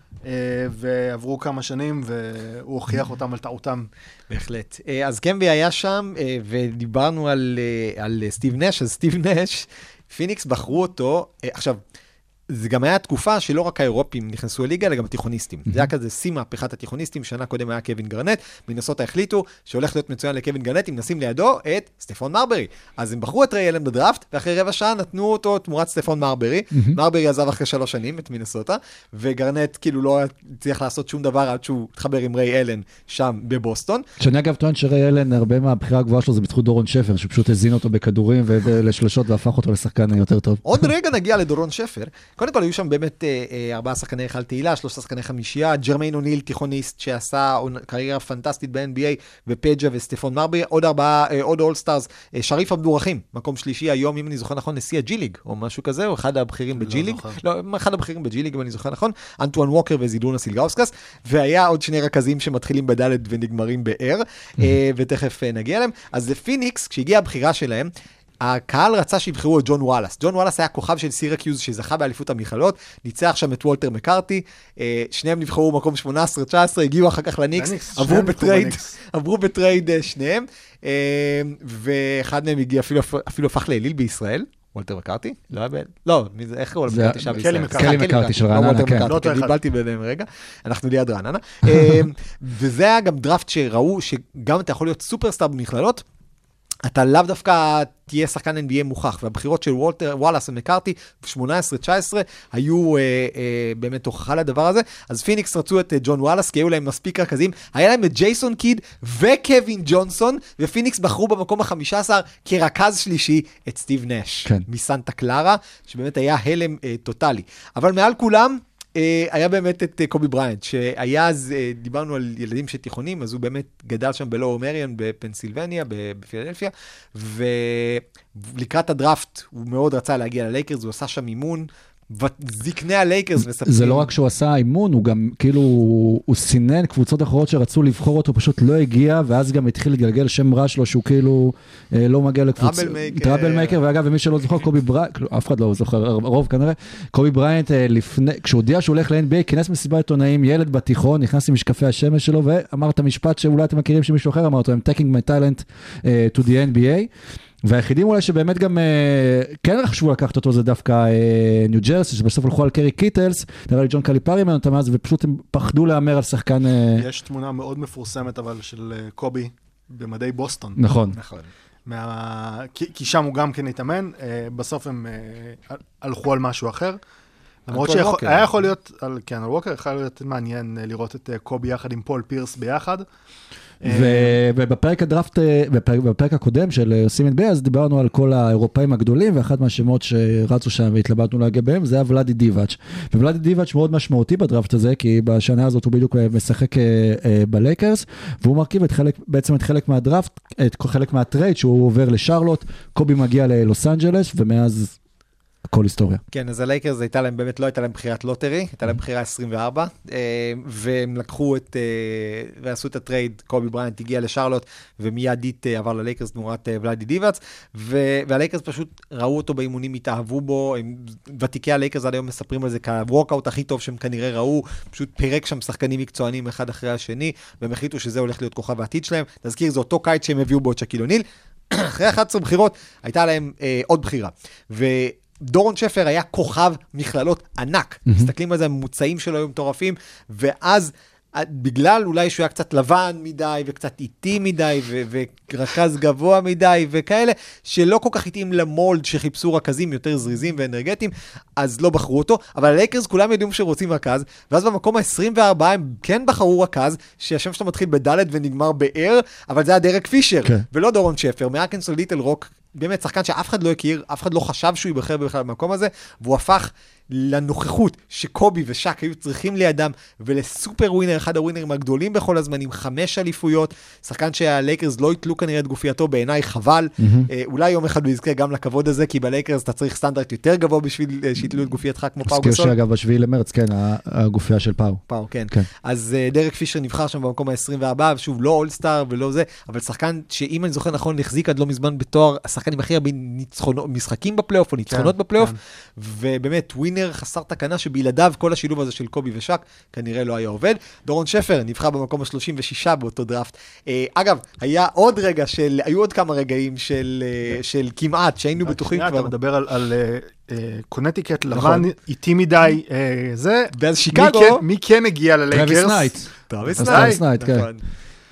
ועברו כמה שנים, והוא הוכיח אותם על טעותם. בהחלט. אז קמבי היה שם, ודיברנו על סטיב נש, אז סטיב נש, פיניקס בחרו אותו, עכשיו, זה גם היה תקופה שלא רק האירופים נכנסו לליגה, אלא גם התיכוניסטים. זה היה כזה שיא מהפכת התיכוניסטים, שנה קודם היה קווין גרנט, מנסות החליטו שהולך להיות מצוין לקווין גרנט, אם נשים לידו את סטפון מרברי. אז הם בחרו את ריי אלן בדרפט, ואחרי רבע שעה נתנו אותו תמורת סטפון מרברי. מרברי עזב אחרי 3 שנים את מינסוטה, וגרנט כאילו לא צריך לעשות שום דבר עד שהוא התחבר עם ריי אלן שם בבוסטון. שאני אגב טוען שריי אלן, הרבה מהבחירה הגבוהה שלו זה בזכות דורון שפר, שפשוט הזין אותו בכדורים ולשלשות והפך אותו לשחקן יותר טוב. עוד רגע נגיע לדורון שפר. קודם כל היו שם באמת 4 שחקני היכל תהילה, 3 שחקני חמישייה, ג'רמיין אוניל תיכוניסט שעשה קריירה פנטסטית ב-NBA, ופג'ה וסטפון מרבי, עוד אולסטארס, שריף עבדורחים, מקום שלישי היום, אם אני זוכר נכון, נשיא הג'י-ליג, או משהו כזה, או אחד הבכירים בג'י-ליג, לא, אחד הבכירים בג'י-ליג, אם אני זוכר נכון, אנטואן ווקר וזילונה סילגאוסקס, והיה עוד 2 רכזים שמתחילים בדלת ונגמרים באר, ותכף נגיע אליהם. אז לפיניקס, כשהגיעה הבחירה שלהם, הקהל רצה שיבחרו את ג'ון וואלאס. ג'ון וואלאס היה כוכב של סירקיוז שזכה באליפות המכללות, ניצח שם את וולטר מקארתי, שניהם נבחרו במקום 18-19, הגיעו אחר כך לניקס, עברו בטרייד שניהם, ואחד מהם הגיע, אפילו הפך לאליל בישראל, וולטר מקארתי, לא, איך קראו למקארתי שם? קלי מקארתי של רעננה, כן. דיבלתי ביניהם רגע, אנחנו ליד רעננה, וזה היה גם דראפט שראו שגם אתה יכול להיות סופרסטאר במכללות, אתה לאו דווקא תהיה שחקן NBA מוכח, והבחירות של וואלאס ומקארתי ב-18-19 היו באמת הוכחה לדבר הזה, אז פיניקס רצו את ג'ון וואלאס, כי היו להם מספיק רכזים, היה להם את ג'ייסון קיד וקווין ג'ונסון, ופיניקס בחרו במקום ה-15 כרכז שלישי את סטיב נש, כן. מסנטה קלרה, שבאמת היה הלם טוטלי. אבל מעל כולם, היה באמת את קובי בריינט, שהיה אז, דיברנו על ילדים שתיכונים, אז הוא באמת גדל שם בלואו מריון בפנסילבניה, בפילדלפיה, ולקראת הדראפט הוא מאוד רצה להגיע ללייקרס, הוא עשה שם אימון, זקני הלייקרס מספרים. זה לא רק שהוא עשה אימון, הוא גם כאילו, הוא סינן קבוצות אחרות שרצו לבחור אותו, פשוט לא הגיע, ואז גם התחיל לגלגל שם רע שלו, שהוא כאילו לא מגיע לקבוצה. טראבל מייקר, ואגב, ומי שלא זוכר, קובי בריינט, אף אחד לא זוכר, הרוב כנראה, קובי בריינט, כשהוא הודיע שהוא הולך ל-NBA, כינס מסיבת עיתונאים, ילד בתיכון, נכנס עם משקפי השמש שלו, ואמר את המשפט שאולי אתם מכירים שמישהו אחר אמר אותו, I'm taking my talent to the NBA. והיחידים אולי שבאמת גם כן חשבו לקחת אותו זה דווקא ניו ג'רסי, שבסוף הלכו על קרי קיטלס, נראה לי ג'ון קליפרי ממנו תמאז, ופשוט הם פחדו להמר על שחקן... יש תמונה מאוד מפורסמת אבל של קובי במדי בוסטון. נכון. כי שם הוא גם כן התאמן, בסוף הם הלכו על משהו אחר. למרות שהיה יכול להיות, כן, על ווקר יכול להיות מעניין לראות את קובי יחד עם פול פירס ביחד. ובפרק הדראפט, בפרק הקודם של עושים NBA, אז דיברנו על כל האירופאים הגדולים, ואחד מהשמות שרצו שם והתלבטנו לגביהם, זה היה ולאדי דיבאץ'. וולאדי דיבאץ' מאוד משמעותי בדראפט הזה, כי בשנה הזאת הוא בדיוק משחק בלייקרס, והוא מרכיב בעצם את חלק מהדראפט, את חלק מהטרייד, שהוא עובר לשרלוט, קובי מגיע ללוס אנג'לס, ומאז... כל היסטוריה. כן, אז הלייקרס הייתה להם, באמת לא הייתה להם בחירת לוטרי, הייתה להם בחירה 24, והם לקחו ועשו את הטרייד, קובי בריינט הגיע לשרלוט, ומידית עבר ללייקרס תמורת ולאדי דיבאץ', והלייקרס פשוט ראו אותו באימונים, התאהבו בו, ותיקי הלייקרס עד היום מספרים על זה כוורקאוט הכי טוב שהם כנראה ראו, פשוט פירק שם שחקנים מקצוענים אחד אחרי השני, והם החליטו שזה הולך להיות כוכב העתיד שלהם. תזכיר, זה אותו קיץ שהם הביאו בו את שקיל אוניל. אחרי 11 בחירות הייתה להם עוד בחירה. דורון שפר היה כוכב מכללות ענק. מסתכלים על זה, הממוצעים שלו היו מטורפים, ואז בגלל אולי שהוא היה קצת לבן מדי, וקצת איטי מדי, ורקז גבוה מדי, וכאלה, שלא כל כך איטים למולד שחיפשו רכזים יותר זריזים ואנרגטיים, אז לא בחרו אותו, אבל הלייקרס כולם יודעים שרוצים רכז, ואז במקום ה-24 הם כן בחרו רכז, שהשם שלו מתחיל בדלת ונגמר באר, אבל זה היה דרק פישר, ולא דורון שפר, מארקנסו ליטל רוק, באמת שחקן שאף אחד לא הכיר, אף אחד לא חשב שהוא ייבחר בכלל במקום הזה, והוא הפך לנוכחות שקובי ושק היו צריכים לידם, ולסופר ווינר, אחד הווינרים הגדולים בכל הזמנים, 5 אליפויות, שחקן שהלייקרס לא יתלו כנראה את גופייתו, בעיניי חבל, אולי יום אחד הוא יזכה גם לכבוד הזה, כי בלייקרס אתה צריך סטנדרט יותר גבוה בשביל שיתלו את גופייתך כמו פאו גסול. שאגב בשביעי למרץ, כן, הגופייה של פאו. פאו, כן. אז דרק פישר נבחר שם במקום ה-24, ושוב, לא אולסטאר ולא זה, אבל שחקן שאם אני זוכר נכון, החזיק עד לא מזמן בתואר, השחקן עם הכי הרבה משחקים בפלייאוף או ניצחונות בפלייאוף, ובאמת ווינר חסר תקנה שבלעדיו כל השילוב הזה של קובי ושק כנראה לא היה עובד. דורון שפר נבחר במקום ה-36 באותו דראפט. אגב, היו עוד כמה רגעים של כמעט, שהיינו בטוחים כבר. אתה מדבר על קונטיקט, לבן, איטי מדי, זה. ואז שיקגו. מי כן הגיע ללייקרס? טרוויס נייט, כן.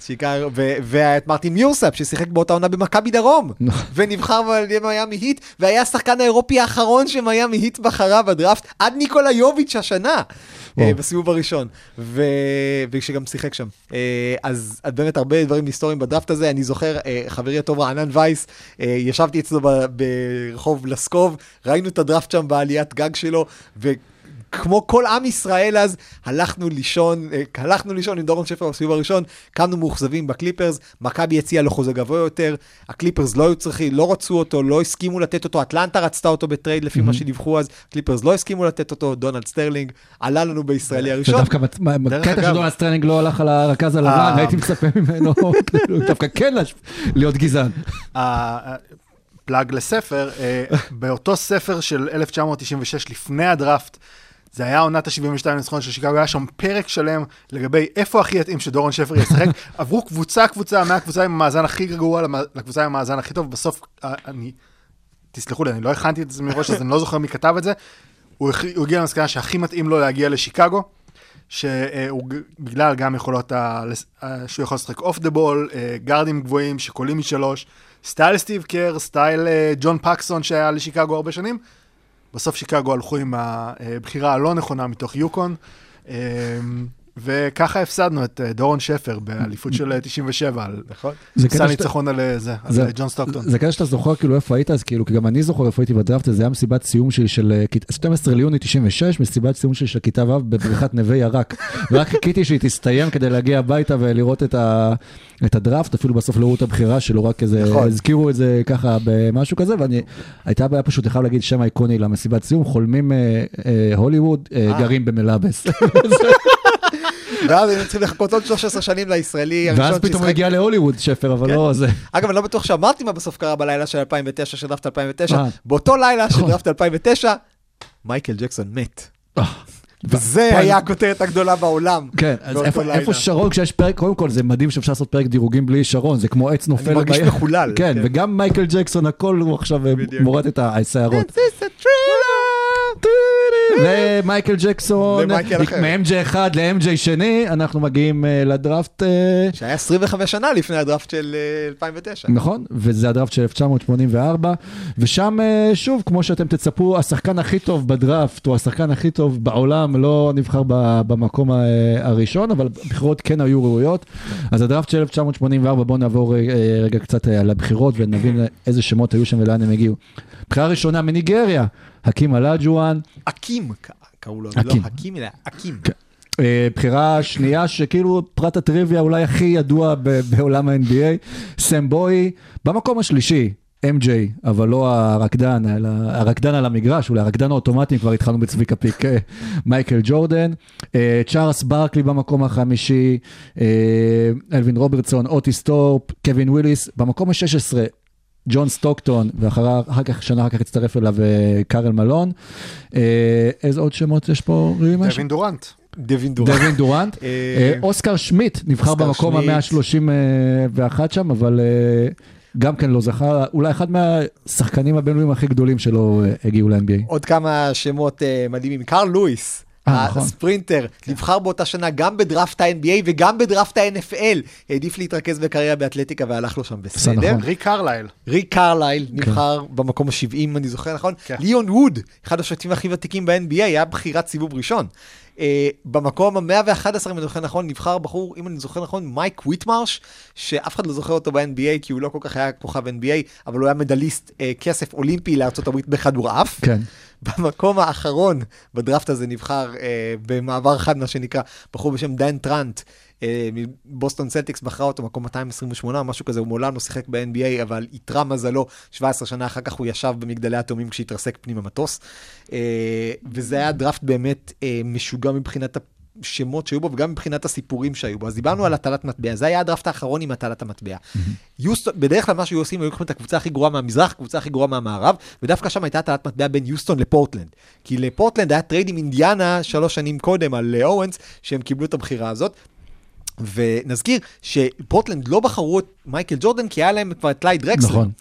ואת מרטין מיורסאפ, ששיחק באותה עונה במכבי דרום, ונבחר על ידי מיאמי היט, והיה השחקן האירופי האחרון שמיאמי היט בחרה בדראפט, עד ניקולה יוביץ' השנה, בסיבוב הראשון, ושגם שיחק שם. אז באמת הרבה דברים היסטוריים בדראפט הזה, אני זוכר, חברי הטוב רענן וייס, ישבתי אצלו ברחוב לסקוב, ראינו את הדראפט שם בעליית גג שלו, כמו כל עם ישראל אז, הלכנו לישון עם דורון שפר בסיבוב הראשון, קמנו מאוכזבים בקליפרס, מכבי הציעה לו חוזה גבוה יותר, הקליפרס לא היו צריכים, לא רצו אותו, לא הסכימו לתת אותו, אטלנטה רצתה אותו בטרייד לפי מה שדיווחו אז, קליפרס לא הסכימו לתת אותו, דונלד סטרלינג, עלה לנו בישראלי הראשון. ודווקא קטע שדונלד סטרלינג לא הלך על הרכז הלבן, הייתי מצפה ממנו, דווקא כן להיות גזען. פלאג לספר, באותו ספר של 1996 לפני הדראפט, זה היה עונת ה-72 לניצחון של שיקגו, היה שם פרק שלם לגבי איפה הכי יתאים שדורון שפר ישחק, עברו קבוצה, מהקבוצה עם המאזן הכי גרוע לקבוצה עם המאזן הכי טוב, בסוף, תסלחו לי, אני לא הכנתי את זה מראש, אז אני לא זוכר מי כתב את זה, הוא הגיע למסקנה שהכי מתאים לו להגיע לשיקגו, שהוא בגלל גם יכולות, שהוא יכול לשחק אוף דה בול, גארדים גבוהים שקולים משלוש, סטייל סטיב קר, סטייל ג'ון פקסון שהיה לשיקגו הרבה שנים, בסוף שיקגו הלכו עם הבחירה הלא נכונה מתוך יוקון, וככה הפסדנו את דורון שפר באליפות של 97, על סל ניצחון על ג'ון סטוקטון. זה כזה שאתה זוכר כאילו איפה היית, אז כאילו, כי גם אני זוכר איפה הייתי בדראפט, זה היה מסיבת סיום שלי של 12 ליוני 96, מסיבת סיום שלי של כיתה ו' בבריכת נווה ירק, ורק חיכיתי שהיא תסתיים כדי להגיע הביתה ולראות את הדראפט, אפילו בסוף לא ראו את הבחירה שלו, רק כזה, הזכירו את זה ככה במשהו כזה, והייתה בעיה פשוט, חייב להגיד שם איקוני למסיבת סיום, חולמים הוליווד, גרים במלאבס. ואז הם צריכים לחכות עוד 13 שנים לישראלי. ואז פתאום הגיע להוליווד שפר, אבל לא זה. אגב, אני לא בטוח שאמרתי מה בסוף קרה בלילה של 2009, של דראפט 2009. באותו לילה של דראפט 2009, מייקל ג'קסון מת. וזה היה הכותרת הגדולה בעולם. כן, אז איפה שרון כשיש פרק, קודם כל זה מדהים שאפשר לעשות פרק דירוגים בלי שרון, זה כמו עץ נופל. אני מרגיש מחולל. כן, וגם מייקל ג'קסון, הכל הוא עכשיו מורד את השערות. ומייקל ג'קסון, מ-MJ1 ל-MJ שני, אנחנו מגיעים לדראפט שהיה 25 שנה לפני הדראפט של 2009. נכון, וזה הדראפט של 1984, ושם שוב, כמו שאתם תצפו, השחקן הכי טוב בדראפט, הוא השחקן הכי טוב בעולם, לא נבחר במקום הראשון, אבל בחירות כן היו ראויות. אז הדראפט של 1984, בואו נעבור רגע קצת על הבחירות, ונבין איזה שמות היו שם ולאן הם הגיעו. בחירה ראשונה מניגריה, הקים אלאג'ואן. הקים, קראו לו, לא הקים, אלא הקים. בחירה שנייה שכאילו פרט הטריוויה אולי הכי ידוע בעולם ה-NBA, סם בוי, במקום השלישי, MJ, אבל לא הרקדן, אלא הרקדן על המגרש, אולי הרקדן האוטומטי, כבר התחלנו בצביקה פיק, מייקל ג'ורדן, צ'ארלס ברקלי במקום החמישי, אלווין רוברטסון, אוטיס טורפ, קווין וויליס, במקום ה-16, ג'ון סטוקטון, ואחר כך שנה אחר כך הצטרף אליו קארל מלון. איזה עוד שמות יש פה? דווין דורנט. אוסקר שמיט נבחר במקום ה-131 שם, אבל גם כן לא זכה, אולי אחד מהשחקנים הבינלאומיים הכי גדולים שלו הגיעו ל-NBA. עוד כמה שמות מדהימים. קארל לואיס, הספרינטר, נבחר באותה שנה גם בדראפט ה-NBA וגם בדראפט ה-NFL. העדיף להתרכז בקריירה באתלטיקה והלך לו שם בסדר. ריק קרלייל נבחר במקום ה-70, אני זוכר, נכון? ליאון ווד, אחד השופטים הכי ותיקים ב-NBA, היה בחירת סיבוב ראשון. במקום ה-111, אם אני זוכר נכון, נבחר בחור, אם אני זוכר נכון, מייק וויטמרש, שאף אחד לא זוכר אותו ב-NBA, כי הוא לא כל כך היה כוכב NBA, אבל הוא היה מדליסט כסף אולימפי לארצות הברית בכדורעף. כן. במקום האחרון בדראפט הזה נבחר במעבר חד, מה שנקרא, בחור בשם דיין טרנט, מבוסטון סלטיקס בחרה אותו מקום 228, משהו כזה, הוא מעולם לא שיחק ב-NBA, אבל יתרה מזלו, 17 שנה אחר כך הוא ישב במגדלי התאומים כשהתרסק פנים המטוס, וזה היה דראפט באמת משוגע מבחינת השמות שהיו בו, וגם מבחינת הסיפורים שהיו בו. אז דיברנו על הטלת מטבע, זה היה הדראפט האחרון עם הטלת המטבע. בדרך כלל מה שהיו עושים, היו לוקחים את הקבוצה הכי גרועה מהמזרח, הקבוצה הכי גרועה מהמערב, ודווקא שם הייתה הטלת מטבע בין יוסטון לפורטלנד. כי לפורטלנד היה טרייד עם אינדיאנה 3 שנים קודם על אורנס, שהם קיבלו את הבחירה הזאת. ונזכיר שפורטלנד לא בחרו את מייקל ג'ורדן, כי היה להם כבר את לייד דרקסלר. נכון.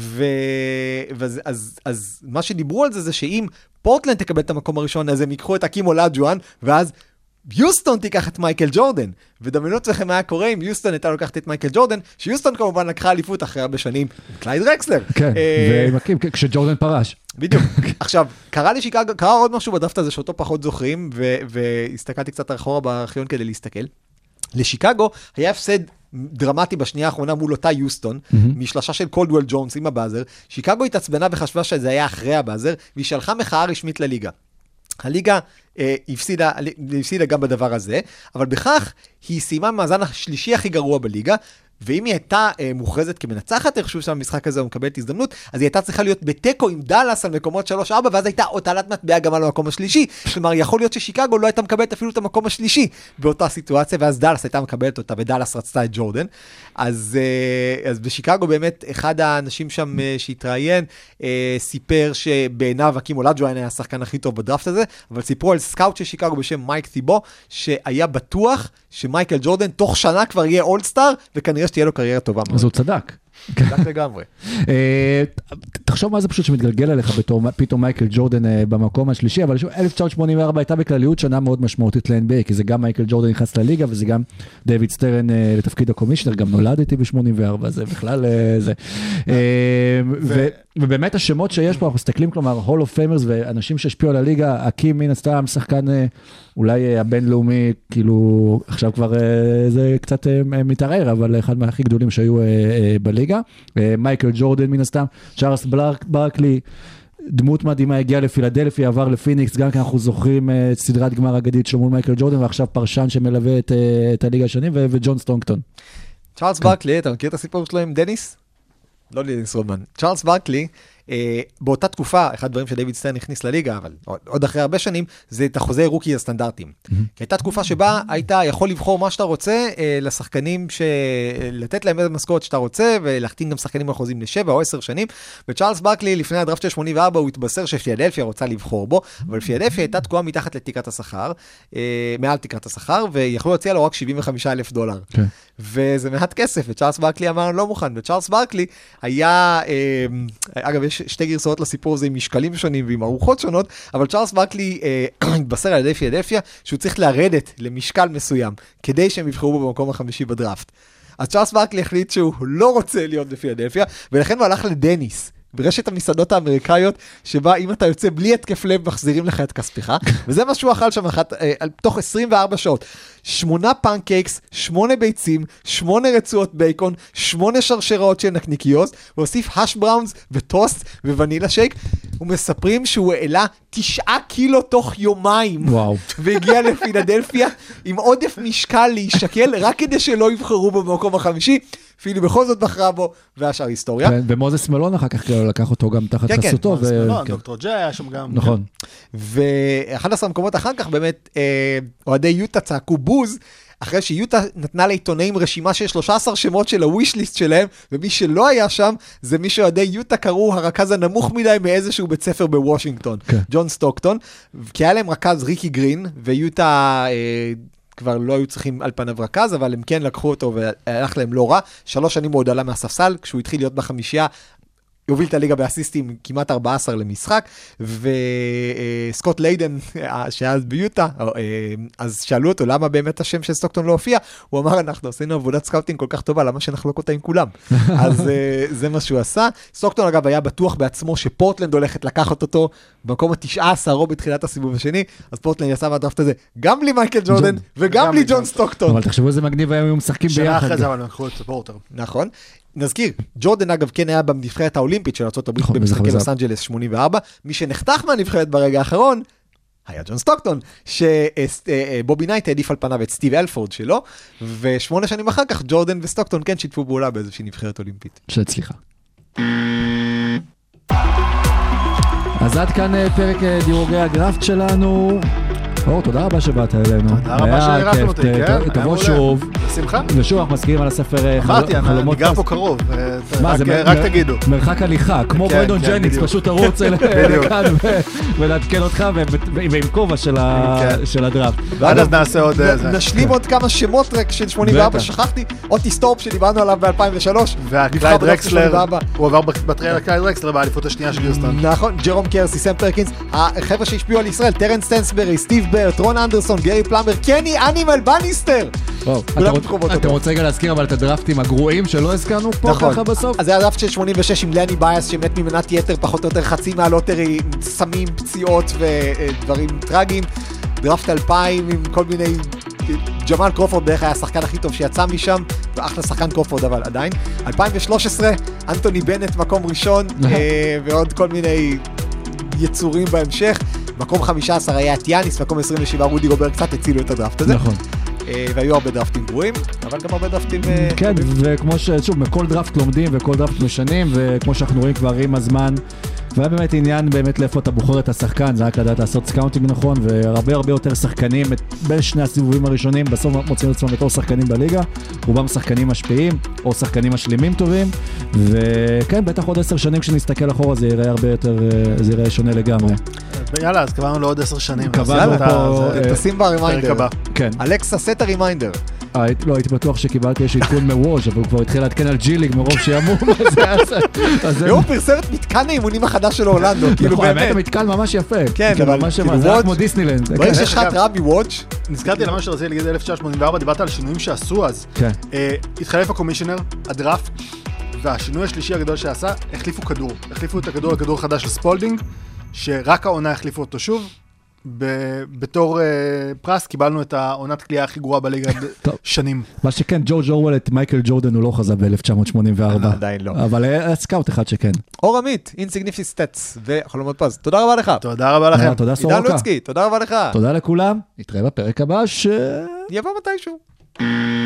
אז מה שדיברו על זה, זה שאם פורטלנד תקבל את המקום הראשון, אז הם ייקחו את הקים אולאג'ואן, ואז יוסטון תיקח את מייקל ג'ורדן, ודמיינו אצלכם מה היה קורה אם יוסטון הייתה לוקחת את מייקל ג'ורדן, שיוסטון כמובן לקחה אליפות אחרי הרבה שנים עם קלייד וקסלר. כן, כשג'ורדן פרש. בדיוק. עכשיו, קרה עוד משהו בדראפט הזה שאותו פחות זוכרים, והסתכלתי קצת אחורה בארכיון כדי להסתכל. לשיקגו היה הפסד דרמטי בשנייה האחרונה מול אותה יוסטון, משלושה של קולדוול ג'ונס עם הבאזר. שיקגו התעצבנה וחשבה שזה היה אחרי הבאזר, והיא שלחה מחאה רשמית לליגה. הליגה הפסידה גם בדבר הזה, אבל בכך היא סיימה מאזן השלישי הכי גרוע בליגה, ואם היא הייתה מוכרזת כמנצחת איכשהו שם במשחק הזה, או מקבלת הזדמנות, אז היא הייתה צריכה להיות בטקו עם דלס על מקומות 3-4, ואז הייתה הוטלת מטבע גם על המקום השלישי. כלומר, יכול להיות ששיקגו לא הייתה מקבלת אפילו את המקום השלישי באותה סיטואציה, ואז דלס הייתה מקבלת אותה, ודלס רצתה את ג'ורדן. אז בשיקגו באמת, אחד האנשים שם שהתראיין, סיפר שבעיניו הקים אולג'ואן היה השחקן הכי טוב בדראפט הזה, אבל סיפרו על סקאוט של שיקגו בשם מייק תיבו, שהיה בטוח שמייקל ג'ורדן תוך שנה כבר יהיה אולסטאר, וכנראה שתהיה לו קריירה טובה מאוד. אז הוא צדק. צדק לגמרי. תחשוב מה זה פשוט שמתגלגל עליך בתור פתאום מייקל ג'ורדן במקום השלישי, אבל 1984 הייתה בכלליות שנה מאוד משמעותית ל-NBA, כי זה גם מייקל ג'ורדן נכנס לליגה, וזה גם דיוויד סטרן לתפקיד הקומישנר, גם נולדתי ב-84, זה בכלל זה. ובאמת השמות שיש פה, אנחנו מסתכלים, כלומר, Hall of Famers ואנשים שהשפיעו על הליגה, הקים מן הסתם, שחקן אולי הבינלאומי, כאילו, עכשיו כבר זה קצת מתערער, אבל אחד מהכי גדולים שהיו בליגה. מייקל ג'ורדן מן הסתם, צ'ארלס ברקלי, דמות מדהימה, הגיע לפילדלפיה, עבר לפיניקס, גם כי אנחנו זוכרים את סדרת גמר אגדית שלו מול מייקל ג'ורדן, ועכשיו פרשן שמלווה את הליגה השנים, וג'ון סטונקטון. צ'ארלס ברקלי, אתה מכיר את הסיפור שלו עם דניס? לא דניס רודמן. צ'ארלס ברקלי, באותה תקופה, אחד הדברים שדייוויד סטרן הכניס לליגה, אבל עוד אחרי הרבה שנים, זה את החוזי רוקי הסטנדרטיים. כי הייתה תקופה שבה היית יכול לבחור מה שאתה רוצה לשחקנים, לתת להם איזה משכורת שאתה רוצה, ולהחתים גם שחקנים על חוזים ל7 או 10 שנים. וצ'ארלס ברקלי, לפני הדראפט של 84, הוא התבשר שפילדלפיה רוצה לבחור בו, אבל פילדלפיה הייתה תקועה מתחת לתקרת השכר, מעל תקרת השכר, ויכלו להציע לו רק $75,000. וזה מעט כסף, וצ'ארלס ברקלי אמר, לא מוכן. וצ'ארלס ברקלי היה, אגב, יש שתי גרסאות לסיפור הזה עם משקלים שונים ועם ארוחות שונות, אבל צ'ארלס ברקלי התבשר על ידי פילדלפיה שהוא צריך לרדת למשקל מסוים, כדי שהם יבחרו בו במקום החמישי בדראפט. אז צ'ארלס ברקלי החליט שהוא לא רוצה להיות בפילדלפיה, ולכן הוא הלך לדניס, ברשת המסעדות האמריקאיות, שבה אם אתה יוצא בלי התקף לב, מחזירים לך את כספך, וזה מה שהוא אכל שם תוך 24 שעות. 8 פנקייקס, 8 ביצים, 8 רצועות בייקון, 8 שרשראות של נקניקיות, והוסיף הש בראונס וטוסט וונילה שייק. ומספרים שהוא העלה 9 קילו תוך יומיים. וואו. והגיע לפילדלפיה עם עודף משקל להישקל, רק כדי שלא יבחרו בו במקום החמישי. פילי בכל זאת בחרה בו, והשאר היסטוריה. ומוזס מלון אחר כך לקח אותו גם תחת חסותו. מוזס מלון, דוקטור ג'יי היה שם גם. נכון. ו11 מקומות אחר כך באמת, אוהדי יוטה צעקו בוז, אחרי שיוטה נתנה לעיתונאים רשימה של 13 שמות של הוויש-ליסט שלהם, ומי שלא היה שם, זה מי שאוהדי יוטה קראו הרכז הנמוך מדי מאיזשהו בית ספר בוושינגטון, ג'ון סטוקטון, כי היה להם רכז ריקי גרין, ויוטה כבר לא היו צריכים על פניו רכז, אבל הם כן לקחו אותו והלך להם לא רע. 3 שנים הוא עוד עלה מהספסל, כשהוא התחיל להיות בחמישייה, יוביל את הליגה באסיסטים כמעט 14 למשחק, וסקוט ליידן, שהיה ביוטה, אז שאלו אותו למה באמת השם של סטוקטון לא הופיע, הוא אמר, אנחנו עשינו עבודת סקאוטינג כל כך טובה, למה שנחלוק אותה עם כולם? אז זה מה שהוא עשה. סטוקטון אגב היה בטוח בעצמו שפורטלנד הולכת לקחת אותו במקום ה-19 או בתחילת הסיבוב השני, אז פורטלנד יצא מהדראפט הזה, גם בלי מייקל ג'ורדן וגם בלי ג'ון סטוקטון. אבל תחשבו איזה מגניב היום משחקים ביחד. שנה אחרי זה אבל לקחו את פורטר. נכון. נזכיר, ג'ורדן אגב כן היה בנבחרת האולימפית של ארצות הברית במשחקי לוס אנג'לס 84, מי שנחתך מהנבחרת ברגע האחרון היה ג'ון סטוקטון, שבובי נייט העדיף על פניו את סטיב אלפורד שלו, ו8 שנים אחר כך ג'ורדן וסטוקטון כן שיתפו פעולה באיזושהי נבחרת אולימפית. שהצליחה. אז עד כאן פרק דירוגי הדראפט שלנו. אור, תודה רבה שבאת אלינו. תודה רבה שהירחנו אותי, כן? תבוא שוב. בשמחה. ושוב, אנחנו מזכירים על הספר אמרתי, אני גר פה קרוב. רק תגידו. מרחק הליכה, כמו ברנדון ג'ניקס, פשוט תרוץ לכאן ולעדכן אותך, ועם כובע של הדראפט. ועד אז נעשה עוד... נשלים עוד כמה שמות רק של 84, שכחתי, אוטי סטורפ שדיברנו עליו ב-2003. והקלייד רקסלר, הוא עבר בטריין לקלייד רקסלר באליפות השנייה של יוסטון. נכון, ג'רום קרסי, סם פרקינס, החבר'ה שהשפיעו על ישראל, טרנס סטנסברי, סטיב ברט, רון אנדרסון, גרי פלמר, קני אנימל בניסטר. אתה רוצה רגע להזכיר אבל את הדרפטים הגרועים שלא הזכרנו פה ככה בסוף? אז זה הדרפט של 86 עם לני בייס שמת ממנת יתר, פחות או יותר חצי מהלוטרי, סמים, פציעות ודברים טרגיים. דרפט 2000 עם כל מיני... ג'מאל קרופורד בערך היה השחקן הכי טוב שיצא משם, ואחלה שחקן קרופורד אבל עדיין. 2013, אנטוני בנט מקום ראשון, ועוד כל מיני יצורים בהמשך. מקום 15 היה טיאניס, מקום 27 רודי גובר, קצת הצילו את הדרפט הזה. נכון. והיו הרבה דרפטים גרועים, אבל גם הרבה דרפטים... כן, וכמו ששוב, מכל דרפט לומדים וכל דרפט משנים, וכמו שאנחנו רואים כבר עם הזמן, והיה באמת עניין באמת לאיפה אתה בוחר את השחקן, זה רק לדעת לעשות סקאונטינג נכון, והרבה הרבה יותר שחקנים, בין שני הסיבובים הראשונים, בסוף מוצאים עצמם בתור שחקנים בליגה, רובם שחקנים משפיעים, או שחקנים משלימים טובים, וכן, בטח עוד 10 שנים כשנסתכל אחורה, זה יראה הרבה יותר, זה יראה שונה לגמרי. יאללה, אז קבענו לעוד 10 שנים. קבענו פה... תשים ברימיינדר. אלכסה, סט הרימיינדר. לא, הייתי בטוח שקיבלתי איזשהו עדכון מווז' אבל הוא כבר התחיל להתקן על ג'יליג מרוב שימור מה זה. הוא פרסם את מתקן האימונים החדש של אורלנדו, כאילו באמת. באמת. המתקן ממש יפה. כן, אבל זה היה כמו דיסנילנד. ברגע שיש לך התראה מוואץ'. נזכרתי על מה שרציתי להגיד 1984, דיברת על שינויים שעשו אז. התחלף הקומישיונר, הדראפט, והשינוי השלישי הגדול שעשה, החליפו כדור. החליפו את הכדור לכדור חדש לספולדינג, שרק העונה החליפו אותו שוב. בתור פרס קיבלנו את העונת קליעה הכי גרועה בליגה שנים. מה שכן, ג'ורג' אורוול את מייקל ג'ורדן הוא לא חזה ב-1984. עדיין לא. אבל היה סקאוט אחד שכן. אור עמית, אינסיגניפי סטטס וחלומות פז. תודה רבה לך. תודה רבה לכם. תודה סורוקה. עידן לוצקי, תודה רבה לך. תודה לכולם. נתראה בפרק הבא יבוא מתישהו.